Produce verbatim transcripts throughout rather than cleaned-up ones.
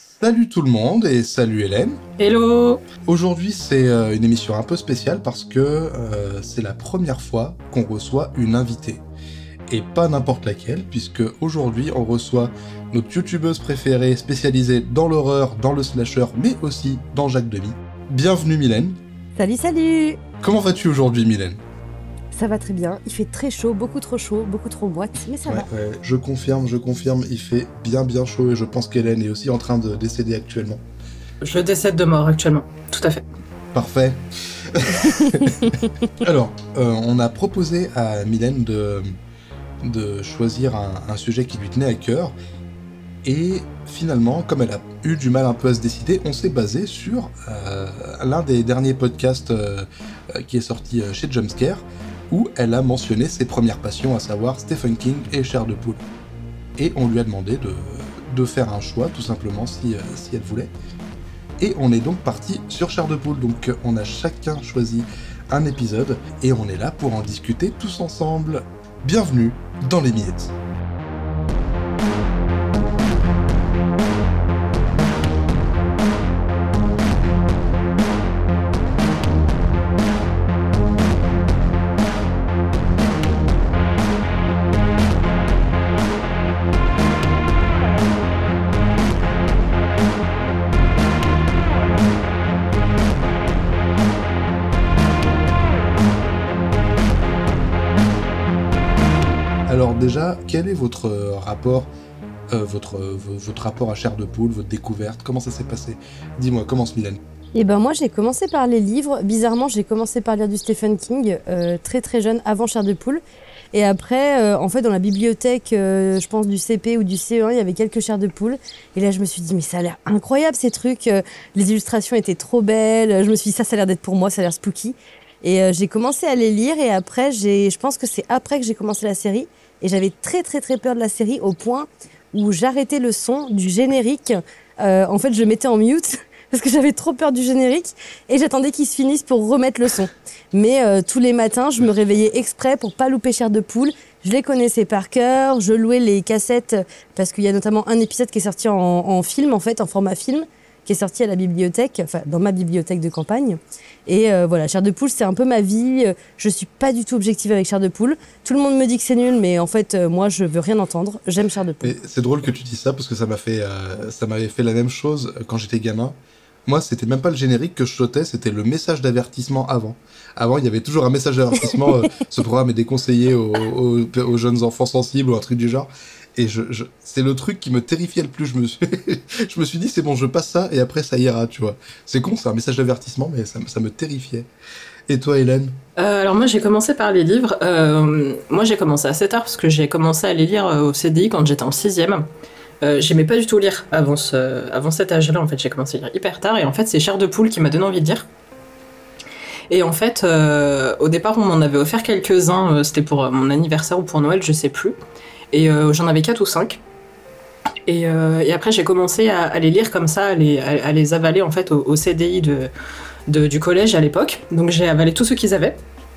Salut tout le monde et salut Hélène. Hello. Aujourd'hui c'est euh, une émission un peu spéciale parce que euh, c'est la première fois qu'on reçoit une invitée. Et pas n'importe laquelle, puisque aujourd'hui on reçoit notre youtubeuse préférée spécialisée dans l'horreur, dans le slasher, mais aussi dans Jacques Demy. Bienvenue Mylène. Salut, salut. Comment vas-tu aujourd'hui Mylène ? Ça va très bien, il fait très chaud, beaucoup trop chaud, beaucoup trop moite, mais ça ouais, va. Ouais, je confirme, je confirme, il fait bien bien chaud et je pense qu'Hélène est aussi en train de décéder actuellement. Je décède de mort actuellement, tout à fait. Parfait. Alors, euh, on a proposé à Mylène de, de choisir un, un sujet qui lui tenait à cœur et finalement, comme elle a eu du mal un peu à se décider, on s'est basé sur euh, l'un des derniers podcasts euh, qui est sorti chez Jumpscare, où elle a mentionné ses premières passions, à savoir Stephen King et Chair de Poule. Et on lui a demandé de, de faire un choix, tout simplement, si, euh, si elle voulait. Et on est donc parti sur Chair de Poule, donc on a chacun choisi un épisode, et on est là pour en discuter tous ensemble. Bienvenue dans les miettes. Alors déjà, quel est votre rapport, euh, votre, euh, votre rapport à Chair de Poule, votre découverte ? Comment ça s'est passé ? Dis-moi, commence Mylène. Et ben moi j'ai commencé par les livres, bizarrement j'ai commencé par lire du Stephen King, euh, très très jeune, avant Chair de Poule. Et après, euh, en fait dans la bibliothèque, euh, je pense du C P ou du C E un, il y avait quelques Chairs de Poule. Et là je me suis dit, mais ça a l'air incroyable ces trucs, euh, les illustrations étaient trop belles, je me suis dit ça, ça a l'air d'être pour moi, ça a l'air spooky. Et euh, j'ai commencé à les lire et après, j'ai, je pense que c'est après que j'ai commencé la série. Et j'avais très très très peur de la série au point où j'arrêtais le son du générique. Euh, en fait, je mettais en mute parce que j'avais trop peur du générique et j'attendais qu'il se finisse pour remettre le son. Mais euh, tous les matins, je me réveillais exprès pour pas louper Chair de Poule. Je les connaissais par cœur, je louais les cassettes parce qu'il y a notamment un épisode qui est sorti en, en film, en fait, en format film, qui est sorti à la bibliothèque, enfin dans ma bibliothèque de campagne. Et euh, voilà, Chair de Poule, c'est un peu ma vie. Je suis pas du tout objective avec Chair de Poule. Tout le monde me dit que c'est nul, mais en fait, euh, moi, je veux rien entendre. J'aime Chair de Poule. Et c'est drôle que tu dis ça, parce que ça m'a fait, euh, ça m'avait fait la même chose quand j'étais gamin. Moi, c'était même pas le générique que je sautais, c'était le message d'avertissement avant. Avant, il y avait toujours un message d'avertissement, euh, ce programme est déconseillé aux, aux, aux jeunes enfants sensibles ou un truc du genre. Et je, je, c'est le truc qui me terrifiait le plus. Je me suis, je me suis dit, c'est bon, je passe ça et après ça ira, tu vois. C'est con, c'est un message d'avertissement, mais ça, ça me terrifiait. Et toi, Hélène ? euh, Alors moi, j'ai commencé par les livres. Euh, moi, j'ai commencé assez tard parce que j'ai commencé à les lire au C D I quand j'étais en sixième. Euh, j'aimais pas du tout lire avant, ce, avant cet âge-là. En fait, j'ai commencé à lire hyper tard. Et en fait, c'est Chair de Poule qui m'a donné envie de lire. Et en fait, euh, au départ, on m'en avait offert quelques-uns. Euh, c'était pour mon anniversaire ou pour Noël, je sais plus. Et euh, j'en avais quatre ou cinq. Et, euh, et après, j'ai commencé à, à les lire comme ça, à les, à, à les avaler en fait au, au C D I de, de, du collège à l'époque. Donc j'ai avalé tout ce qu'ils avaient.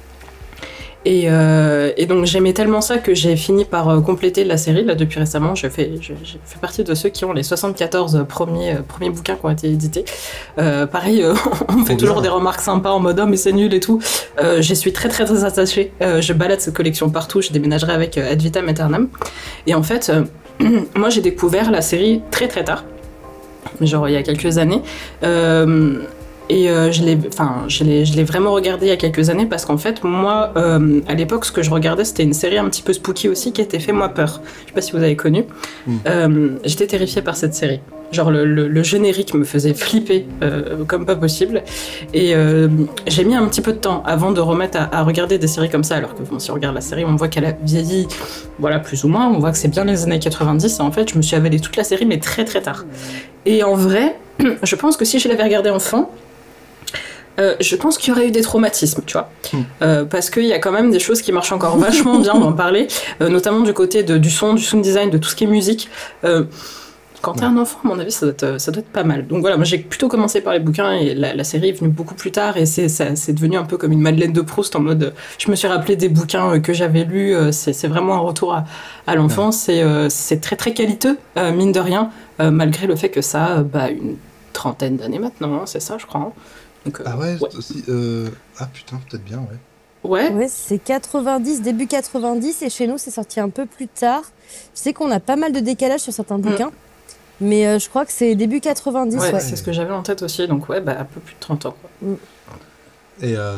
Et, euh, et donc j'aimais tellement ça que j'ai fini par euh, compléter la série. Là, depuis récemment, je fais, je, je fais partie de ceux qui ont les soixante-quatorze premiers, euh, premiers bouquins qui ont été édités. Euh, pareil, euh, on me fait Trop toujours bien. des remarques sympas en mode « Oh, mais c'est nul et tout euh, ». J'y suis très très très attachée. Euh, je balade cette collection partout. Je déménagerai avec euh, Ad Vitam Aeternam. Et en fait, euh, moi j'ai découvert la série très très tard. Genre il y a quelques années. Euh, Et euh, je, l'ai, enfin, je, l'ai, je l'ai vraiment regardé il y a quelques années parce qu'en fait, moi, euh, à l'époque, ce que je regardais, c'était une série un petit peu spooky aussi qui était Fais-moi peur. Je sais pas si vous avez connu. Mm. Euh, j'étais terrifiée par cette série. Genre, le, le, le générique me faisait flipper euh, comme pas possible. Et euh, j'ai mis un petit peu de temps avant de remettre à, à regarder des séries comme ça. Alors que bon, si on regarde la série, on voit qu'elle a vieilli, voilà, plus ou moins. On voit que c'est bien les années quatre-vingt-dix. Et en fait, je me suis avalé toute la série, mais très très tard. Et en vrai, je pense que si je l'avais regardée enfant, Euh, je pense qu'il y aurait eu des traumatismes, tu vois, mmh. euh, parce qu'il y a quand même des choses qui marchent encore vachement bien, on va en parler, euh, notamment du côté de, du son, du sound design, de tout ce qui est musique. Euh, quand t'es un enfant, à mon avis, ça doit, être, ça doit être pas mal. Donc voilà, moi j'ai plutôt commencé par les bouquins et la, la série est venue beaucoup plus tard et c'est, ça, c'est devenu un peu comme une Madeleine de Proust en mode, je me suis rappelé des bouquins que j'avais lus, c'est, c'est vraiment un retour à, à l'enfance, ouais. c'est, c'est très très qualiteux, euh, mine de rien, euh, malgré le fait que ça a bah, une trentaine d'années maintenant, hein, c'est ça je crois. Donc, euh, ah ouais, ouais. Si, euh... ah putain, peut-être bien, ouais. Ouais. Ouais, c'est quatre-vingt-dix, début quatre-vingt-dix, et chez nous, c'est sorti un peu plus tard. Je sais qu'on a pas mal de décalage sur certains bouquins, mm. mais euh, je crois que c'est début quatre-vingt-dix. Ouais, ouais. c'est ce que j'avais en tête aussi, donc ouais, bah, un peu plus de trente ans. Quoi. Mm. Et euh,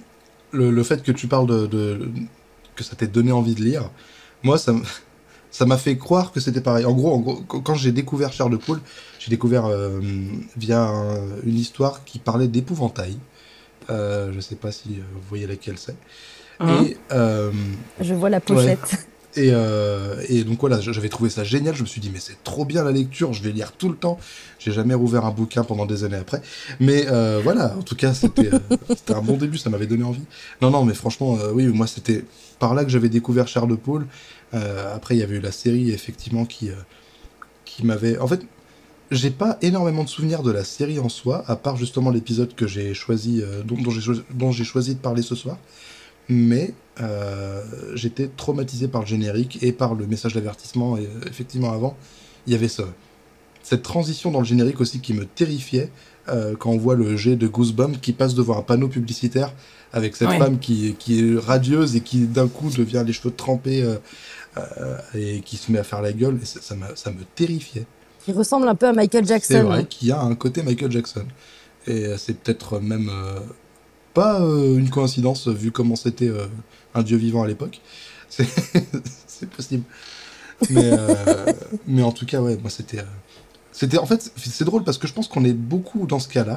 le, le fait que tu parles de, de... que ça t'ait donné envie de lire, moi, ça, ça m'a fait croire que c'était pareil. En gros, en gros quand j'ai découvert Chair de Poule, j'ai découvert euh, via un, une histoire qui parlait d'épouvantail. Euh, je sais pas si vous voyez laquelle c'est. Mmh. Et, euh, je vois la pochette. Ouais. Et, euh, et donc voilà, j'avais trouvé ça génial. Je me suis dit, mais c'est trop bien la lecture, je vais lire tout le temps. J'ai jamais rouvert un bouquin pendant des années après. Mais euh, voilà, en tout cas, c'était, euh, c'était un bon début, ça m'avait donné envie. Non, non, mais franchement, euh, oui, moi, c'était par là que j'avais découvert Chair de Poule. Euh, après, il y avait eu la série, effectivement, qui, euh, qui m'avait. En fait, j'ai pas énormément de souvenirs de la série en soi, à part justement l'épisode que j'ai choisi, euh, dont, dont, j'ai choisi, dont j'ai choisi de parler ce soir. Mais euh, j'étais traumatisé par le générique et par le message d'avertissement. Et euh, effectivement, avant, il y avait ça. Cette transition dans le générique aussi qui me terrifiait euh, quand on voit le jet de Goosebumps qui passe devant un panneau publicitaire avec cette ouais. femme qui, qui est radieuse et qui d'un coup devient les cheveux trempés euh, euh, et qui se met à faire la gueule. Et ça, ça, me, ça me terrifiait. Il ressemble un peu à Michael Jackson. C'est vrai hein. qu'il y a un côté Michael Jackson. Et c'est peut-être même euh, pas euh, une coïncidence vu comment c'était euh, un dieu vivant à l'époque. C'est, c'est possible. Mais, euh, mais en tout cas, ouais, moi c'était, euh, c'était... En fait, c'est drôle parce que je pense qu'on est beaucoup dans ce cas-là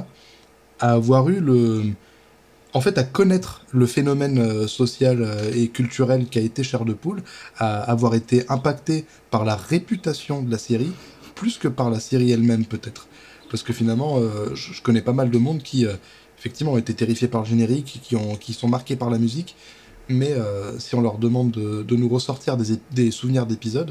à avoir eu le... En fait, à connaître le phénomène euh, social euh, et culturel qu'a été Chair de Poule, à avoir été impacté par la réputation de la série, plus que par la série elle-même peut-être. Parce que finalement, euh, je, je connais pas mal de monde qui, euh, effectivement, ont été terrifiés par le générique, qui, ont, qui sont marqués par la musique, mais euh, si on leur demande de, de nous ressortir des, des souvenirs d'épisodes,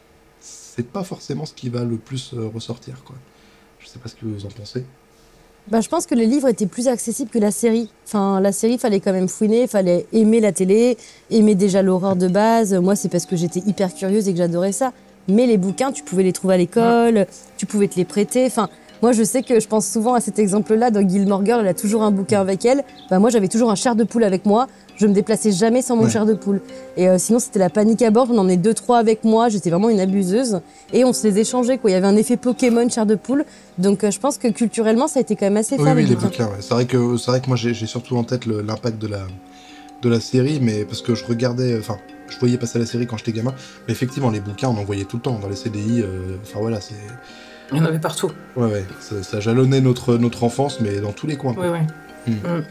c'est pas forcément ce qui va le plus euh, ressortir, quoi. Je sais pas ce que vous en pensez. Bah, je pense que les livres étaient plus accessibles que la série. Enfin, la série, il fallait quand même fouiner, il fallait aimer la télé, aimer déjà l'horreur de base. Moi, c'est parce que j'étais hyper curieuse et que j'adorais ça. Mais les bouquins, tu pouvais les trouver à l'école, ouais. tu pouvais te les prêter. Enfin, moi, je sais que je pense souvent à cet exemple-là. Dans Gilmore Girl, elle a toujours un bouquin avec elle. Bah, moi, j'avais toujours un Chair de Poule avec moi. Je me déplaçais jamais sans mon ouais. Chair de Poule. Et euh, sinon, c'était la panique à bord. J'en emmenais deux, trois avec moi. J'étais vraiment une abuseuse. Et on se les échangeait, quoi. Il y avait un effet Pokémon Chair de Poule. Donc, euh, je pense que culturellement, ça a été quand même assez oui, fort. Oui, les les bouquins. bouquins. Ouais. C'est vrai que c'est vrai que moi, j'ai, j'ai surtout en tête le, l'impact de la de la série, mais parce que je regardais, enfin, je voyais passer la série quand j'étais gamin. Mais effectivement, les bouquins, on en voyait tout le temps dans les C D I. Enfin euh, voilà, c'est. Il y en avait partout. Ouais, ouais. Ça, ça jalonnait notre notre enfance, mais dans tous les coins. Oui, oui. Mmh. Mmh.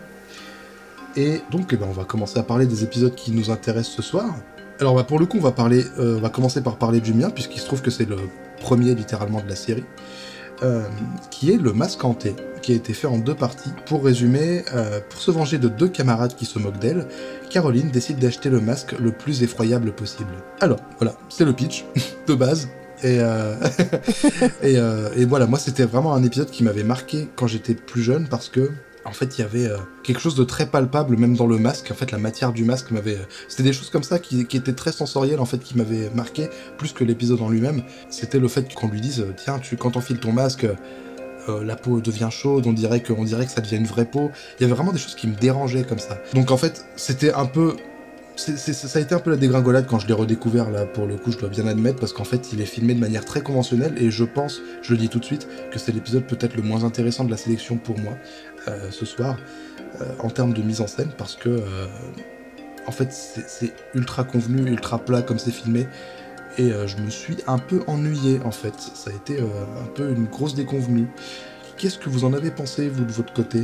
Et donc, eh ben, on va commencer à parler des épisodes qui nous intéressent ce soir. Alors, bah, pour le coup, on va parler, euh, on va commencer par parler du mien, puisqu'il se trouve que c'est le premier littéralement de la série, euh, qui est le Masque hanté, qui a été fait en deux parties. Pour résumer, euh, pour se venger de deux camarades qui se moquent d'elle, Caroline décide d'acheter le masque le plus effroyable possible. Alors, voilà, c'est le pitch de base. Et, euh... et, euh, et voilà, moi c'était vraiment un épisode qui m'avait marqué quand j'étais plus jeune parce que en fait il y avait euh, quelque chose de très palpable même dans le masque. En fait la matière du masque m'avait, euh... c'était des choses comme ça qui, qui étaient très sensorielles en fait, qui m'avaient marqué plus que l'épisode en lui-même. C'était le fait qu'on lui dise tiens, tu quand t'enfiles ton masque, euh, la peau devient chaude, on dirait que on dirait que ça devient une vraie peau. Il y avait vraiment des choses qui me dérangeaient comme ça. Donc en fait c'était un peu C'est, c'est, ça a été un peu la dégringolade quand je l'ai redécouvert, là, pour le coup, je dois bien admettre, parce qu'en fait, il est filmé de manière très conventionnelle, et je pense, je le dis tout de suite, que c'est l'épisode peut-être le moins intéressant de la sélection pour moi, euh, ce soir, euh, en termes de mise en scène, parce que, euh, en fait, c'est, c'est ultra convenu, ultra plat comme c'est filmé, et euh, je me suis un peu ennuyé, en fait. Ça a été euh, un peu une grosse déconvenue. Qu'est-ce que vous en avez pensé, vous, de votre côté ?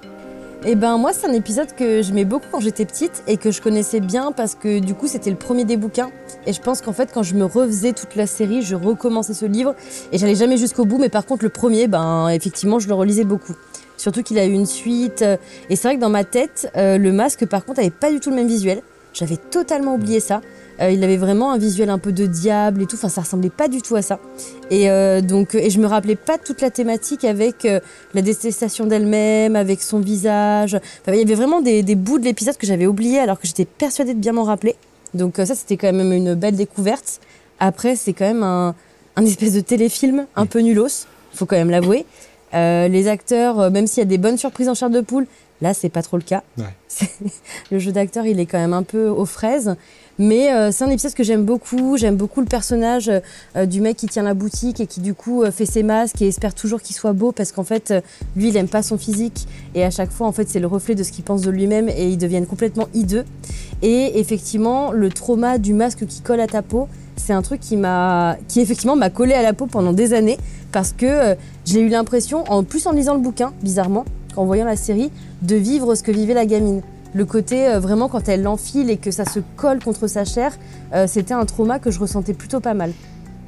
Eh ben moi c'est un épisode que j'aimais beaucoup quand j'étais petite et que je connaissais bien parce que du coup c'était le premier des bouquins et je pense qu'en fait quand je me refaisais toute la série je recommençais ce livre et j'allais jamais jusqu'au bout, mais par contre le premier ben effectivement je le relisais beaucoup, surtout qu'il a eu une suite et c'est vrai que dans ma tête euh, le masque par contre avait pas du tout le même visuel, j'avais totalement oublié ça. Euh, il avait vraiment un visuel un peu de diable et tout. Enfin, ça ressemblait pas du tout à ça. Et euh, donc, et je me rappelais pas toute la thématique avec euh, la détestation d'elle-même, avec son visage. Enfin, il y avait vraiment des, des bouts de l'épisode que j'avais oubliés alors que j'étais persuadée de bien m'en rappeler. Donc euh, ça, c'était quand même une belle découverte. Après, c'est quand même un, un espèce de téléfilm un peu nulos, faut quand même l'avouer. Euh, les acteurs, euh, même s'il y a des bonnes surprises en chair de poule, là, c'est pas trop le cas. Ouais. C'est... Le jeu d'acteur, il est quand même un peu aux fraises. Mais euh, c'est un épisode que j'aime beaucoup. J'aime beaucoup le personnage euh, du mec qui tient la boutique et qui, du coup, euh, fait ses masques et espère toujours qu'il soit beau parce qu'en fait, euh, lui, il aime pas son physique. Et à chaque fois, en fait, c'est le reflet de ce qu'il pense de lui-même et ils deviennent complètement hideux. Et effectivement, le trauma du masque qui colle à ta peau, c'est un truc qui m'a, qui effectivement m'a collé à la peau pendant des années parce que euh, j'ai eu l'impression, en plus en lisant le bouquin, bizarrement, en voyant la série, de vivre ce que vivait la gamine. Le côté, euh, vraiment, quand elle l'enfile et que ça se colle contre sa chair, euh, c'était un trauma que je ressentais plutôt pas mal.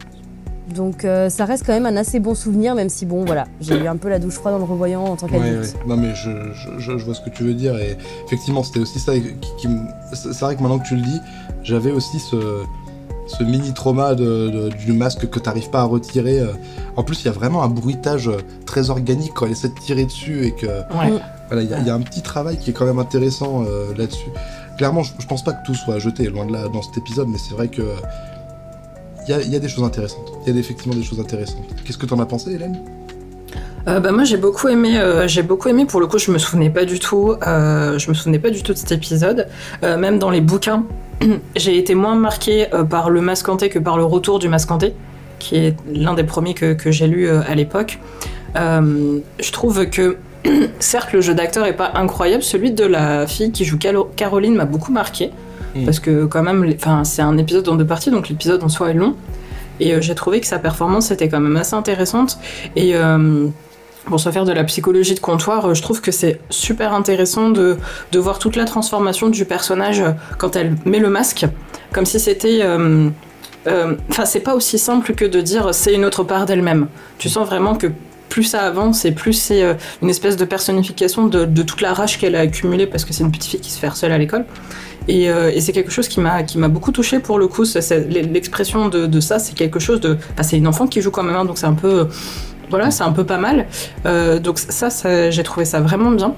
Donc euh, ça reste quand même un assez bon souvenir, même si, bon, voilà, j'ai eu un peu la douche froide en le revoyant en tant qu'adulte. Ouais, ouais. Non, mais je, je, je vois ce que tu veux dire, et effectivement, c'était aussi ça qui, qui me... C'est vrai que maintenant que tu le dis, j'avais aussi ce... ce mini-trauma de, de, du masque que t'arrives pas à retirer. En plus, il y a vraiment un bruitage très organique quand elle essaie de tirer dessus et que... Ouais. Voilà, il y, y a un petit travail qui est quand même intéressant euh, là-dessus. Clairement, je, je pense pas que tout soit jeté, loin de là, dans cet épisode, mais c'est vrai que... Il y a, y a des choses intéressantes. Il y a effectivement des choses intéressantes. Qu'est-ce que t'en as pensé, Hélène ? Euh, bah moi j'ai beaucoup aimé, euh, j'ai beaucoup aimé pour le coup je me souvenais pas du tout, euh, je me souvenais pas du tout de cet épisode, euh, même dans les bouquins j'ai été moins marquée euh, par le masque hanté que par le retour du masque hanté, qui est l'un des premiers que, que j'ai lu euh, à l'époque. Euh, je trouve que certes le jeu d'acteur est pas incroyable, celui de la fille qui joue Calo- Caroline m'a beaucoup marqué, mmh. parce que quand même, enfin c'est un épisode en deux parties donc l'épisode en soi est long. Et euh, j'ai trouvé que sa performance était quand même assez intéressante. Et euh, pour se faire de la psychologie de comptoir, euh, je trouve que c'est super intéressant de, de voir toute la transformation du personnage euh, quand elle met le masque, comme si c'était... Enfin, euh, euh, c'est pas aussi simple que de dire c'est une autre part d'elle-même. Tu sens vraiment que plus ça avance et plus c'est euh, une espèce de personnification de, de toute la rage qu'elle a accumulée parce que c'est une petite fille qui se fait harceler à l'école. Et, euh, et c'est quelque chose qui m'a, qui m'a beaucoup touchée pour le coup. C'est, c'est, l'expression de, de ça, c'est quelque chose de... Enfin, c'est une enfant qui joue quand même, hein, donc c'est un peu... Voilà, c'est un peu pas mal. Euh, donc ça, ça, j'ai trouvé ça vraiment bien.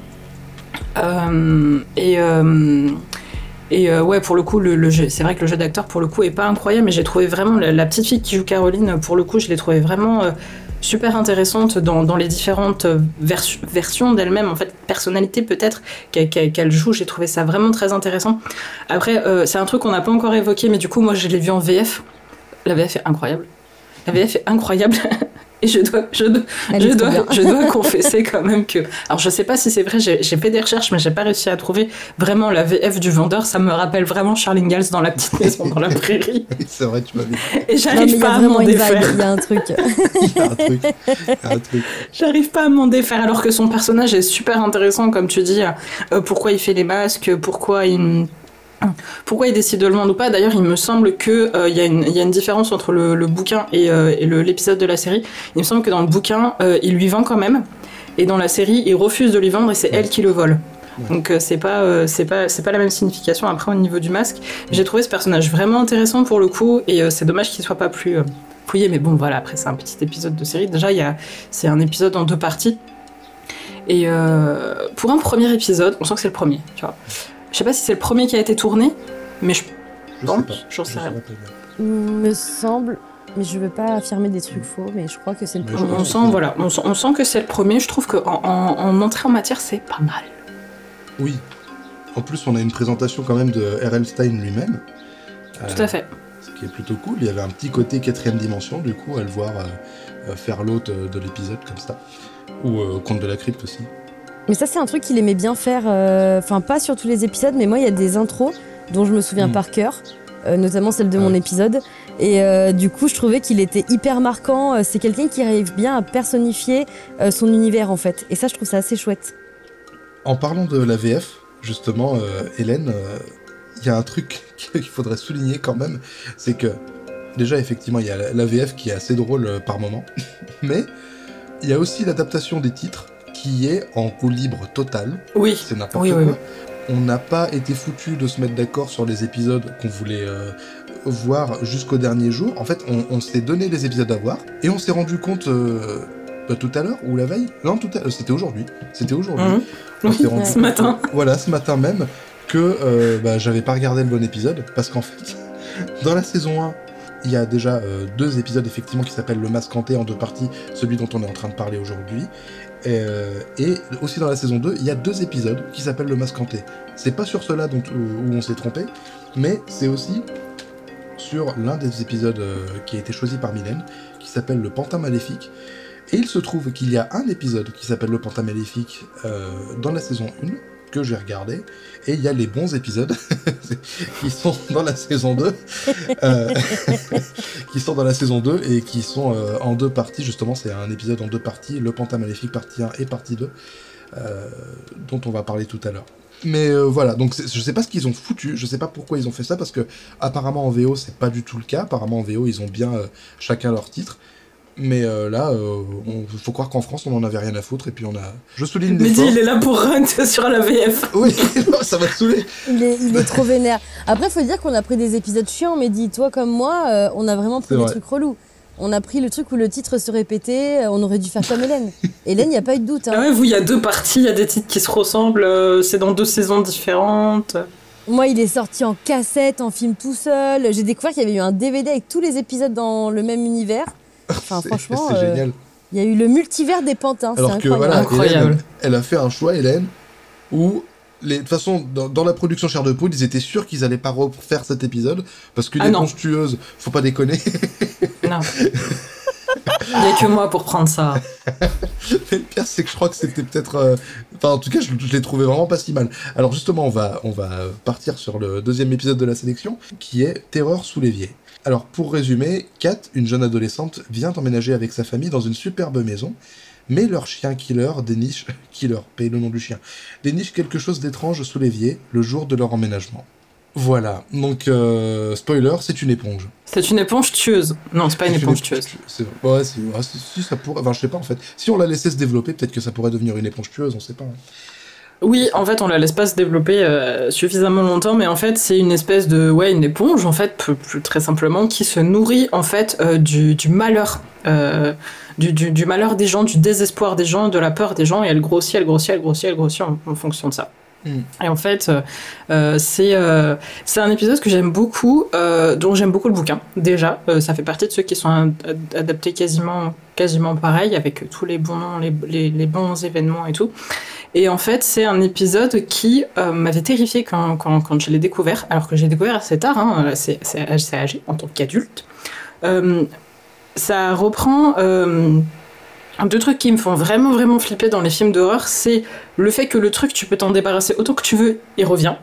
Euh, et... Euh, Et euh, ouais, pour le coup, le, le jeu, c'est vrai que le jeu d'acteur, pour le coup, est pas incroyable, mais j'ai trouvé vraiment... La, la petite fille qui joue Caroline, pour le coup, je l'ai trouvée vraiment... Euh, super intéressante dans, dans les différentes vers- versions d'elle-même, en fait, personnalité peut-être qu'elle, qu'elle, qu'elle joue. J'ai trouvé ça vraiment très intéressant. Après, euh, c'est un truc qu'on n'a pas encore évoqué, mais du coup, moi, je l'ai vu en V F. La V F est incroyable. La V F est incroyable. Et je dois, je, dois, je, dois, je dois confesser quand même que... Alors, je sais pas si c'est vrai, j'ai, j'ai fait des recherches, mais j'ai pas réussi à trouver vraiment la V F du vendeur. Ça me rappelle vraiment Charlie Ingalls dans La Petite Maison dans la Prairie. C'est vrai, tu m'avais dit. Et j'arrive non, pas à m'en défaire. Il y a un truc. Il y a un truc. Il y a un truc. J'arrive pas à m'en défaire, alors que son personnage est super intéressant, comme tu dis. Euh, pourquoi il fait les masques, pourquoi il... Pourquoi il décide de le vendre ou pas. D'ailleurs, il me semble qu'il euh, y, y a une différence entre le, le bouquin et, euh, et le, l'épisode de la série. Il me semble que dans le bouquin, euh, il lui vend quand même, et dans la série, il refuse de lui vendre et c'est ouais. elle qui le vole. Ouais. Donc euh, c'est pas, euh, c'est pas, c'est pas la même signification après au niveau du masque. Ouais. J'ai trouvé ce personnage vraiment intéressant pour le coup, et euh, c'est dommage qu'il soit pas plus euh, fouillé, mais bon voilà, après c'est un petit épisode de série. Déjà, y a, c'est un épisode en deux parties. Et euh, pour un premier épisode, on sent que c'est le premier, tu vois. Je sais pas si c'est le premier qui a été tourné, mais je, je pense, sais pas. j'en sais rien. Il me semble, mais je veux pas affirmer des trucs faux, mais je crois que c'est le mais premier. On, on sent, voilà, on sent, on sent que c'est le premier. Je trouve qu'en en, en entrée en matière, c'est pas mal. Oui. En plus, on a une présentation quand même de R L. Stein lui-même. Tout euh, à fait. Ce qui est plutôt cool. Il y avait un petit côté quatrième dimension, du coup, à le voir euh, faire l'hôte de l'épisode comme ça. Ou euh, Conte de la Crypte aussi. Mais ça, c'est un truc qu'il aimait bien faire, enfin euh, pas sur tous les épisodes, mais moi, il y a des intros dont je me souviens mmh. par cœur, euh, notamment celle de ouais. mon épisode. Et euh, du coup, je trouvais qu'il était hyper marquant. C'est quelqu'un qui arrive bien à personnifier euh, son univers, en fait. Et ça, je trouve ça assez chouette. En parlant de la V F, justement, euh, Hélène, il euh, y a un truc qu'il faudrait souligner quand même, c'est que, déjà, effectivement, il y a la, la V F qui est assez drôle euh, par moment, mais il y a aussi l'adaptation des titres, qui est en roue libre totale. Oui. C'est n'importe oui, quoi. Oui, oui. on n'a pas été foutu de se mettre d'accord sur les épisodes qu'on voulait euh, voir jusqu'au dernier jour. En fait, on, on s'est donné les épisodes à voir et on s'est rendu compte euh, bah, tout à l'heure ou la veille. Non, tout à... c'était aujourd'hui. C'était aujourd'hui. Mmh. On s'est rendu ce compte, matin. euh, voilà, ce matin même, que euh, bah, j'avais pas regardé le bon épisode parce qu'en fait, dans la saison un, il y a déjà euh, deux épisodes effectivement qui s'appellent Le Masque Hanté en deux parties, celui dont on est en train de parler aujourd'hui. Et, euh, et aussi dans la saison deux, il y a deux épisodes qui s'appellent Le Masque Hanté. C'est pas sur ceux-là dont, où on s'est trompé, mais c'est aussi sur l'un des épisodes euh, qui a été choisi par Mylène, qui s'appelle Le Pantin Maléfique. Et il se trouve qu'il y a un épisode qui s'appelle Le Pantin Maléfique euh, dans la saison un, que j'ai regardé, et il y a les bons épisodes qui sont dans la saison deux, euh, qui sont dans la saison deux et qui sont euh, en deux parties, justement, c'est un épisode en deux parties, Le Pantin Maléfique partie un et partie deux, euh, dont on va parler tout à l'heure. Mais euh, voilà, donc je sais pas ce qu'ils ont foutu, je sais pas pourquoi ils ont fait ça, parce que apparemment en V O c'est pas du tout le cas, apparemment en V O ils ont bien euh, chacun leur titre. Mais euh, là, euh, on, faut croire qu'en France, on en avait rien à foutre, et puis on a... Je souligne Mais l'effort. dis, il est là pour run sur la V F. Oui, ça va te saouler. Il est, il est trop vénère. Après, faut dire qu'on a pris des épisodes chiants, mais dis, toi comme moi, euh, on a vraiment pris C'est des vrai. trucs relous. On a pris le truc où le titre se répétait, on aurait dû faire comme Hélène. Hélène, il n'y a pas eu de doute. Hein. Ah ouais, vous, il y a deux parties, il y a des titres qui se ressemblent, euh, c'est dans deux saisons différentes. Moi, il est sorti en cassette, en film tout seul. J'ai découvert qu'il y avait eu un D V D avec tous les épisodes dans le même univers. Enfin, C'est- franchement, c'est euh, génial. il y a eu le multivers des pantins. Alors c'est que incroyable. voilà, Incroyable. Hélène, elle a fait un choix, Hélène, où... Les... De toute façon, dans, dans la production Chair de Poule, ils étaient sûrs qu'ils allaient pas refaire cet épisode, parce qu'une Ah non. éponge tueuse, faut pas déconner. Non. Il n'y a que moi pour prendre ça. Mais le pire, c'est que je crois que c'était peut-être... euh, Enfin, en tout cas, je, je l'ai trouvé vraiment pas si mal. Alors justement, on va, on va partir sur le deuxième épisode de la sélection, qui est Terreur sous l'évier. Alors, pour résumer, Kat, une jeune adolescente, vient emménager avec sa famille dans une superbe maison, mais leur chien Killer déniche... Killer, paye le nom du chien. Déniche quelque chose d'étrange sous l'évier, le jour de leur emménagement. Voilà, donc, euh, spoiler, c'est une éponge. C'est une éponge tueuse. Non, c'est pas une C'est éponge tueuse. C'est... Ouais, c'est... ouais, c'est- si ça pourrait... Enfin, je sais pas, en fait. Si on la laissait se développer, peut-être que ça pourrait devenir une éponge tueuse, on sait pas. Oui, en fait, on la laisse pas se développer euh, suffisamment longtemps, mais en fait, c'est une espèce de, ouais, une éponge, en fait, plus, plus très simplement, qui se nourrit, en fait, euh, du, du malheur, euh, du, du, du malheur des gens, du désespoir des gens, de la peur des gens, et elle grossit, elle grossit, elle grossit, elle grossit en, en fonction de ça. Mm. Et en fait, euh, euh, c'est euh, c'est un épisode que j'aime beaucoup, euh, dont j'aime beaucoup le bouquin. Déjà, euh, ça fait partie de ceux qui sont ad- adaptés quasiment quasiment pareil, avec tous les bons noms, les, les, les bons événements et tout. Et en fait, c'est un épisode qui euh, m'avait terrifiée quand, quand, quand je l'ai découvert, alors que j'ai découvert assez tard, hein, c'est, c'est assez âgé en tant qu'adulte. Euh, ça reprend euh, deux trucs qui me font vraiment, vraiment flipper dans les films d'horreur, c'est le fait que le truc, tu peux t'en débarrasser autant que tu veux, il revient.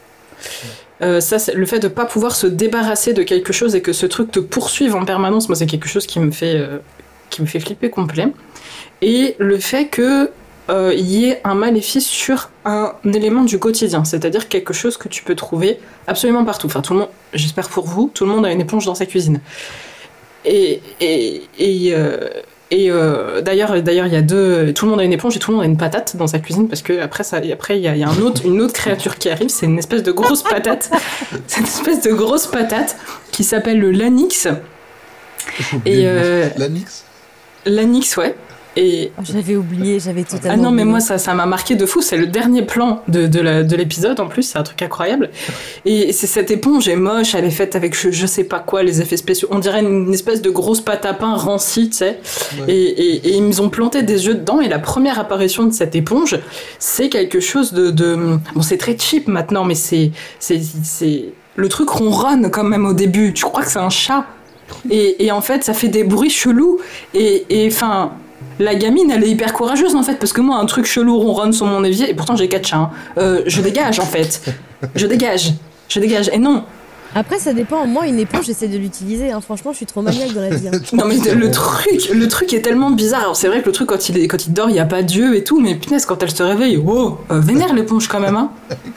Euh, ça, c'est le fait de pas pouvoir se débarrasser de quelque chose et que ce truc te poursuive en permanence, moi, c'est quelque chose qui me fait, euh, qui me fait flipper complet. Et le fait que euh, y ait un maléfice sur un élément du quotidien, c'est-à-dire quelque chose que tu peux trouver absolument partout. Enfin, tout le monde, j'espère pour vous, tout le monde a une éponge dans sa cuisine. Et, et, et, euh, et euh, d'ailleurs, d'ailleurs, il y a deux, tout le monde a une éponge et tout le monde a une patate dans sa cuisine parce que après, ça, après, il y a, il y a un autre, une autre créature qui arrive, c'est une espèce de grosse patate, c'est une espèce de grosse patate qui s'appelle le Lanix. J'ai oublié Et le nom. euh, L'Anix. Lanix, ouais. Et Oh, j'avais oublié, j'avais totalement ah non, mais oublié. moi, ça, ça m'a marqué de fou. C'est le dernier plan de, de, la- de l'épisode, en plus. C'est un truc incroyable. Et c'est cette éponge est moche. Elle est faite avec je, je sais pas quoi, les effets spéciaux. On dirait une espèce de grosse pâte à pain rancie, tu sais. Ouais. Et, et, et ils nous ont planté des yeux dedans. Et la première apparition de cette éponge, c'est quelque chose de... de... Bon, c'est très cheap maintenant, mais c'est... c'est, c'est... Le truc ronronne quand même au début. Tu crois que c'est un chat. Et, et en fait, ça fait des bruits chelous. Et enfin... La gamine, elle est hyper courageuse en fait, parce que moi, un truc chelou ronronne sur mon évier, et pourtant j'ai quatre chats. Hein. Euh, je dégage en fait. Je dégage. Je dégage. Et non. Après, ça dépend. Moi, une éponge, j'essaie de l'utiliser. Hein. Franchement, je suis trop maniaque dans la vie. Hein. Non mais C'est le bon. truc, le truc est tellement bizarre. Alors c'est vrai que le truc quand il est, quand il dort, il y a pas Dieu et tout, mais punaise quand elle se réveille, wow, euh, vénère l'éponge quand même. Hein.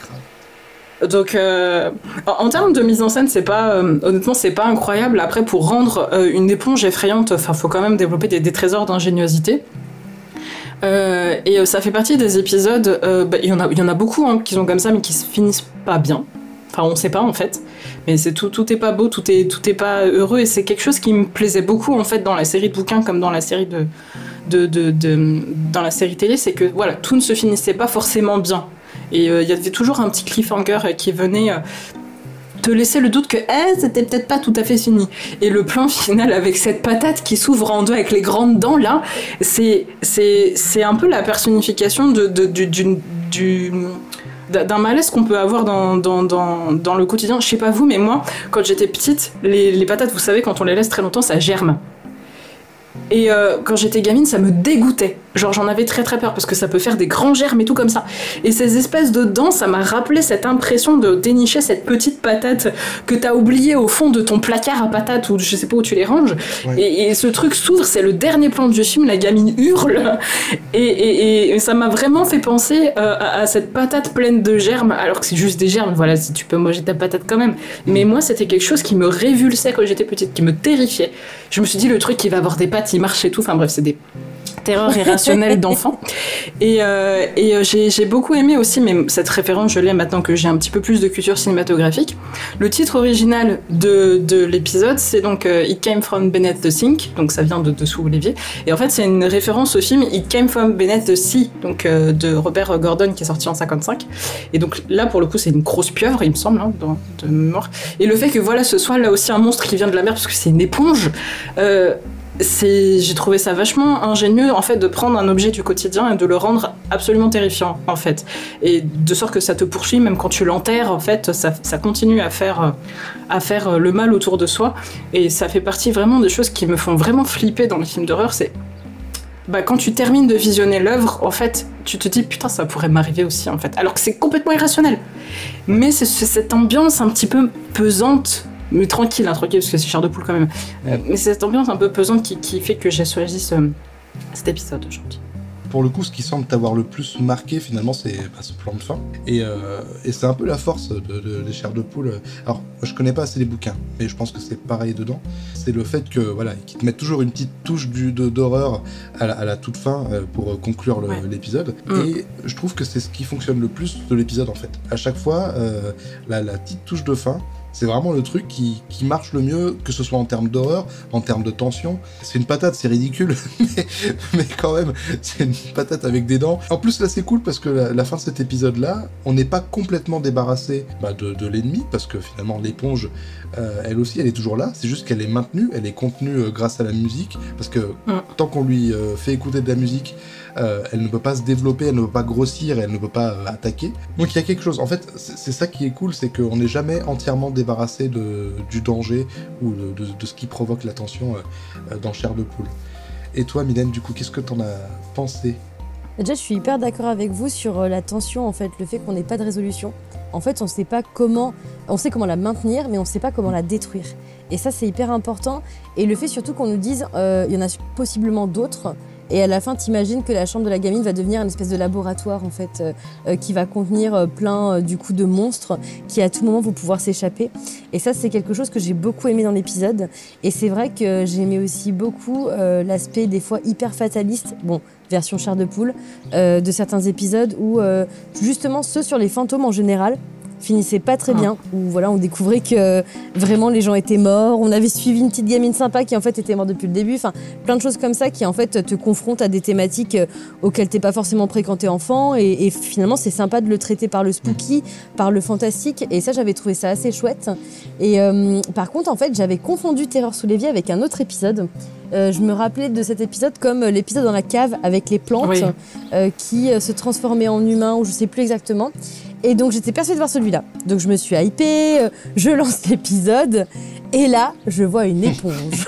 Donc, euh, en, en termes de mise en scène, c'est pas, euh, honnêtement, c'est pas incroyable. Après, pour rendre euh, une éponge effrayante, enfin, faut quand même développer des, des trésors d'ingéniosité. Euh, et euh, ça fait partie des épisodes, euh, bah, il y en a, il y en a beaucoup hein, qui sont comme ça, mais qui se finissent pas bien. Enfin, on sait pas en fait, mais c'est tout, tout est pas beau, tout est, tout est pas heureux, et c'est quelque chose qui me plaisait beaucoup en fait dans la série de bouquins comme dans la série de, de, de, de dans la série télé, c'est que voilà, tout ne se finissait pas forcément bien, et il euh, y avait toujours un petit cliffhanger qui venait. Euh, te laisser le doute que eh, c'était peut-être pas tout à fait fini. Et le plan final avec cette patate qui s'ouvre en deux avec les grandes dents là, c'est, c'est, c'est un peu la personnification de, de, du, du, du, d'un malaise qu'on peut avoir dans, dans, dans, dans le quotidien. Je sais pas vous, mais moi, quand j'étais petite, les, les patates, vous savez, quand on les laisse très longtemps, ça germe. Et euh, quand j'étais gamine, ça me dégoûtait. Genre, j'en avais très très peur parce que ça peut faire des grands germes et tout comme ça. Et ces espèces de dents, ça m'a rappelé cette impression de dénicher cette petite patate que t'as oubliée au fond de ton placard à patates ou je sais pas où tu les ranges. Ouais. Et, et ce truc s'ouvre, c'est le dernier plan du film, la gamine hurle. Et, et, et ça m'a vraiment fait penser euh, à, à cette patate pleine de germes, alors que c'est juste des germes. Voilà, si tu peux manger ta patate quand même. Mais moi, c'était quelque chose qui me révulsait quand j'étais petite, qui me terrifiait. Je me suis dit, le truc, il va avoir des pattes, il marche et tout. Enfin bref, c'est des terreurs irrationnelles d'enfant. Et, euh, et euh, j'ai, j'ai beaucoup aimé aussi, mais cette référence, je l'ai maintenant que j'ai un petit peu plus de culture cinématographique. Le titre original de, de l'épisode, c'est donc euh, It Came From Beneath the Sink, donc ça vient de dessous l'évier. Et en fait, c'est une référence au film It Came From Beneath the Sea, donc euh, de Robert Gordon, qui est sorti en cinquante-cinq. Et donc là, pour le coup, c'est une grosse pieuvre, il me semble, hein, de, de mémoire. Et le fait que voilà, ce soit là aussi un monstre qui vient de la mer, parce que c'est une éponge. Euh, C'est, j'ai trouvé ça vachement ingénieux en fait de prendre un objet du quotidien et de le rendre absolument terrifiant en fait, et de sorte que ça te poursuit même quand tu l'enterres en fait, ça, ça continue à faire, à faire le mal autour de soi, et ça fait partie vraiment des choses qui me font vraiment flipper dans les films d'horreur. C'est bah, quand tu termines de visionner l'œuvre, en fait, tu te dis putain, ça pourrait m'arriver aussi en fait, alors que c'est complètement irrationnel, mais c'est, c'est cette ambiance un petit peu pesante. Mais tranquille, hein, tranquille, parce que c'est chair de poule quand même. Euh, mais c'est cette ambiance un peu pesante qui, qui fait que j'ai choisi ce, cet épisode aujourd'hui. Pour le coup, ce qui semble t'avoir le plus marqué, finalement, c'est bah, ce plan de fin. Et, euh, et c'est un peu la force de, de, des chairs de poule. Alors, je connais pas assez les bouquins, mais je pense que c'est pareil dedans. C'est le fait que, voilà, qu'ils te mettent toujours une petite touche du, de, d'horreur à la, à la toute fin euh, pour conclure le, ouais. l'épisode. Mm. Et je trouve que c'est ce qui fonctionne le plus de l'épisode, en fait. À chaque fois, euh, la, la petite touche de fin, c'est vraiment le truc qui, qui marche le mieux, que ce soit en termes d'horreur, en termes de tension. C'est une patate, c'est ridicule, mais, mais quand même, c'est une patate avec des dents. En plus, là, c'est cool parce que la, la fin de cet épisode-là, on n'est pas complètement débarrassé bah, de, de l'ennemi, parce que finalement, l'éponge, euh, elle aussi, elle est toujours là. C'est juste qu'elle est maintenue, elle est contenue euh, grâce à la musique, parce que mm. tant qu'on lui euh, fait écouter de la musique, Euh, elle ne peut pas se développer, elle ne peut pas grossir, elle ne peut pas euh, attaquer. Donc il y a quelque chose, en fait, c'est, c'est ça qui est cool, c'est qu'on n'est jamais entièrement débarrassé de, du danger ou de, de, de ce qui provoque la tension euh, dans Chair de Poule. Et toi, Mylène, du coup, qu'est-ce que t'en as pensé ? Déjà, je suis hyper d'accord avec vous sur la tension, en fait, le fait qu'on n'ait pas de résolution. En fait, on sait pas comment, on sait comment la maintenir, mais on sait pas comment la détruire. Et ça, c'est hyper important. Et le fait surtout qu'on nous dise, euh, il y en a possiblement d'autres. Et à la fin, t'imagines que la chambre de la gamine va devenir une espèce de laboratoire, en fait, euh, euh, qui va contenir euh, plein, euh, du coup, de monstres qui, à tout moment, vont pouvoir s'échapper. Et ça, c'est quelque chose que j'ai beaucoup aimé dans l'épisode. Et c'est vrai que j'ai aimé aussi beaucoup euh, l'aspect, des fois, hyper fataliste, bon, version chair de poule, euh, de certains épisodes où, euh, justement, ceux sur les fantômes en général, finissait pas très bien, où voilà, on découvrait que vraiment les gens étaient morts, on avait suivi une petite gamine sympa qui en fait était morte depuis le début, enfin plein de choses comme ça qui en fait te confrontent à des thématiques auxquelles t'es pas forcément fréquenté enfant, et, et finalement c'est sympa de le traiter par le spooky, par le fantastique, et ça j'avais trouvé ça assez chouette. Et euh, par contre en fait j'avais confondu Terreur sous l'évier avec un autre épisode. Euh, je me rappelais de cet épisode comme l'épisode dans la cave avec les plantes, oui. euh, qui euh, se transformaient en humains, ou je sais plus exactement. Et donc j'étais persuadée de voir celui-là. Donc je me suis hypée, euh, je lance l'épisode, et là, je vois une éponge.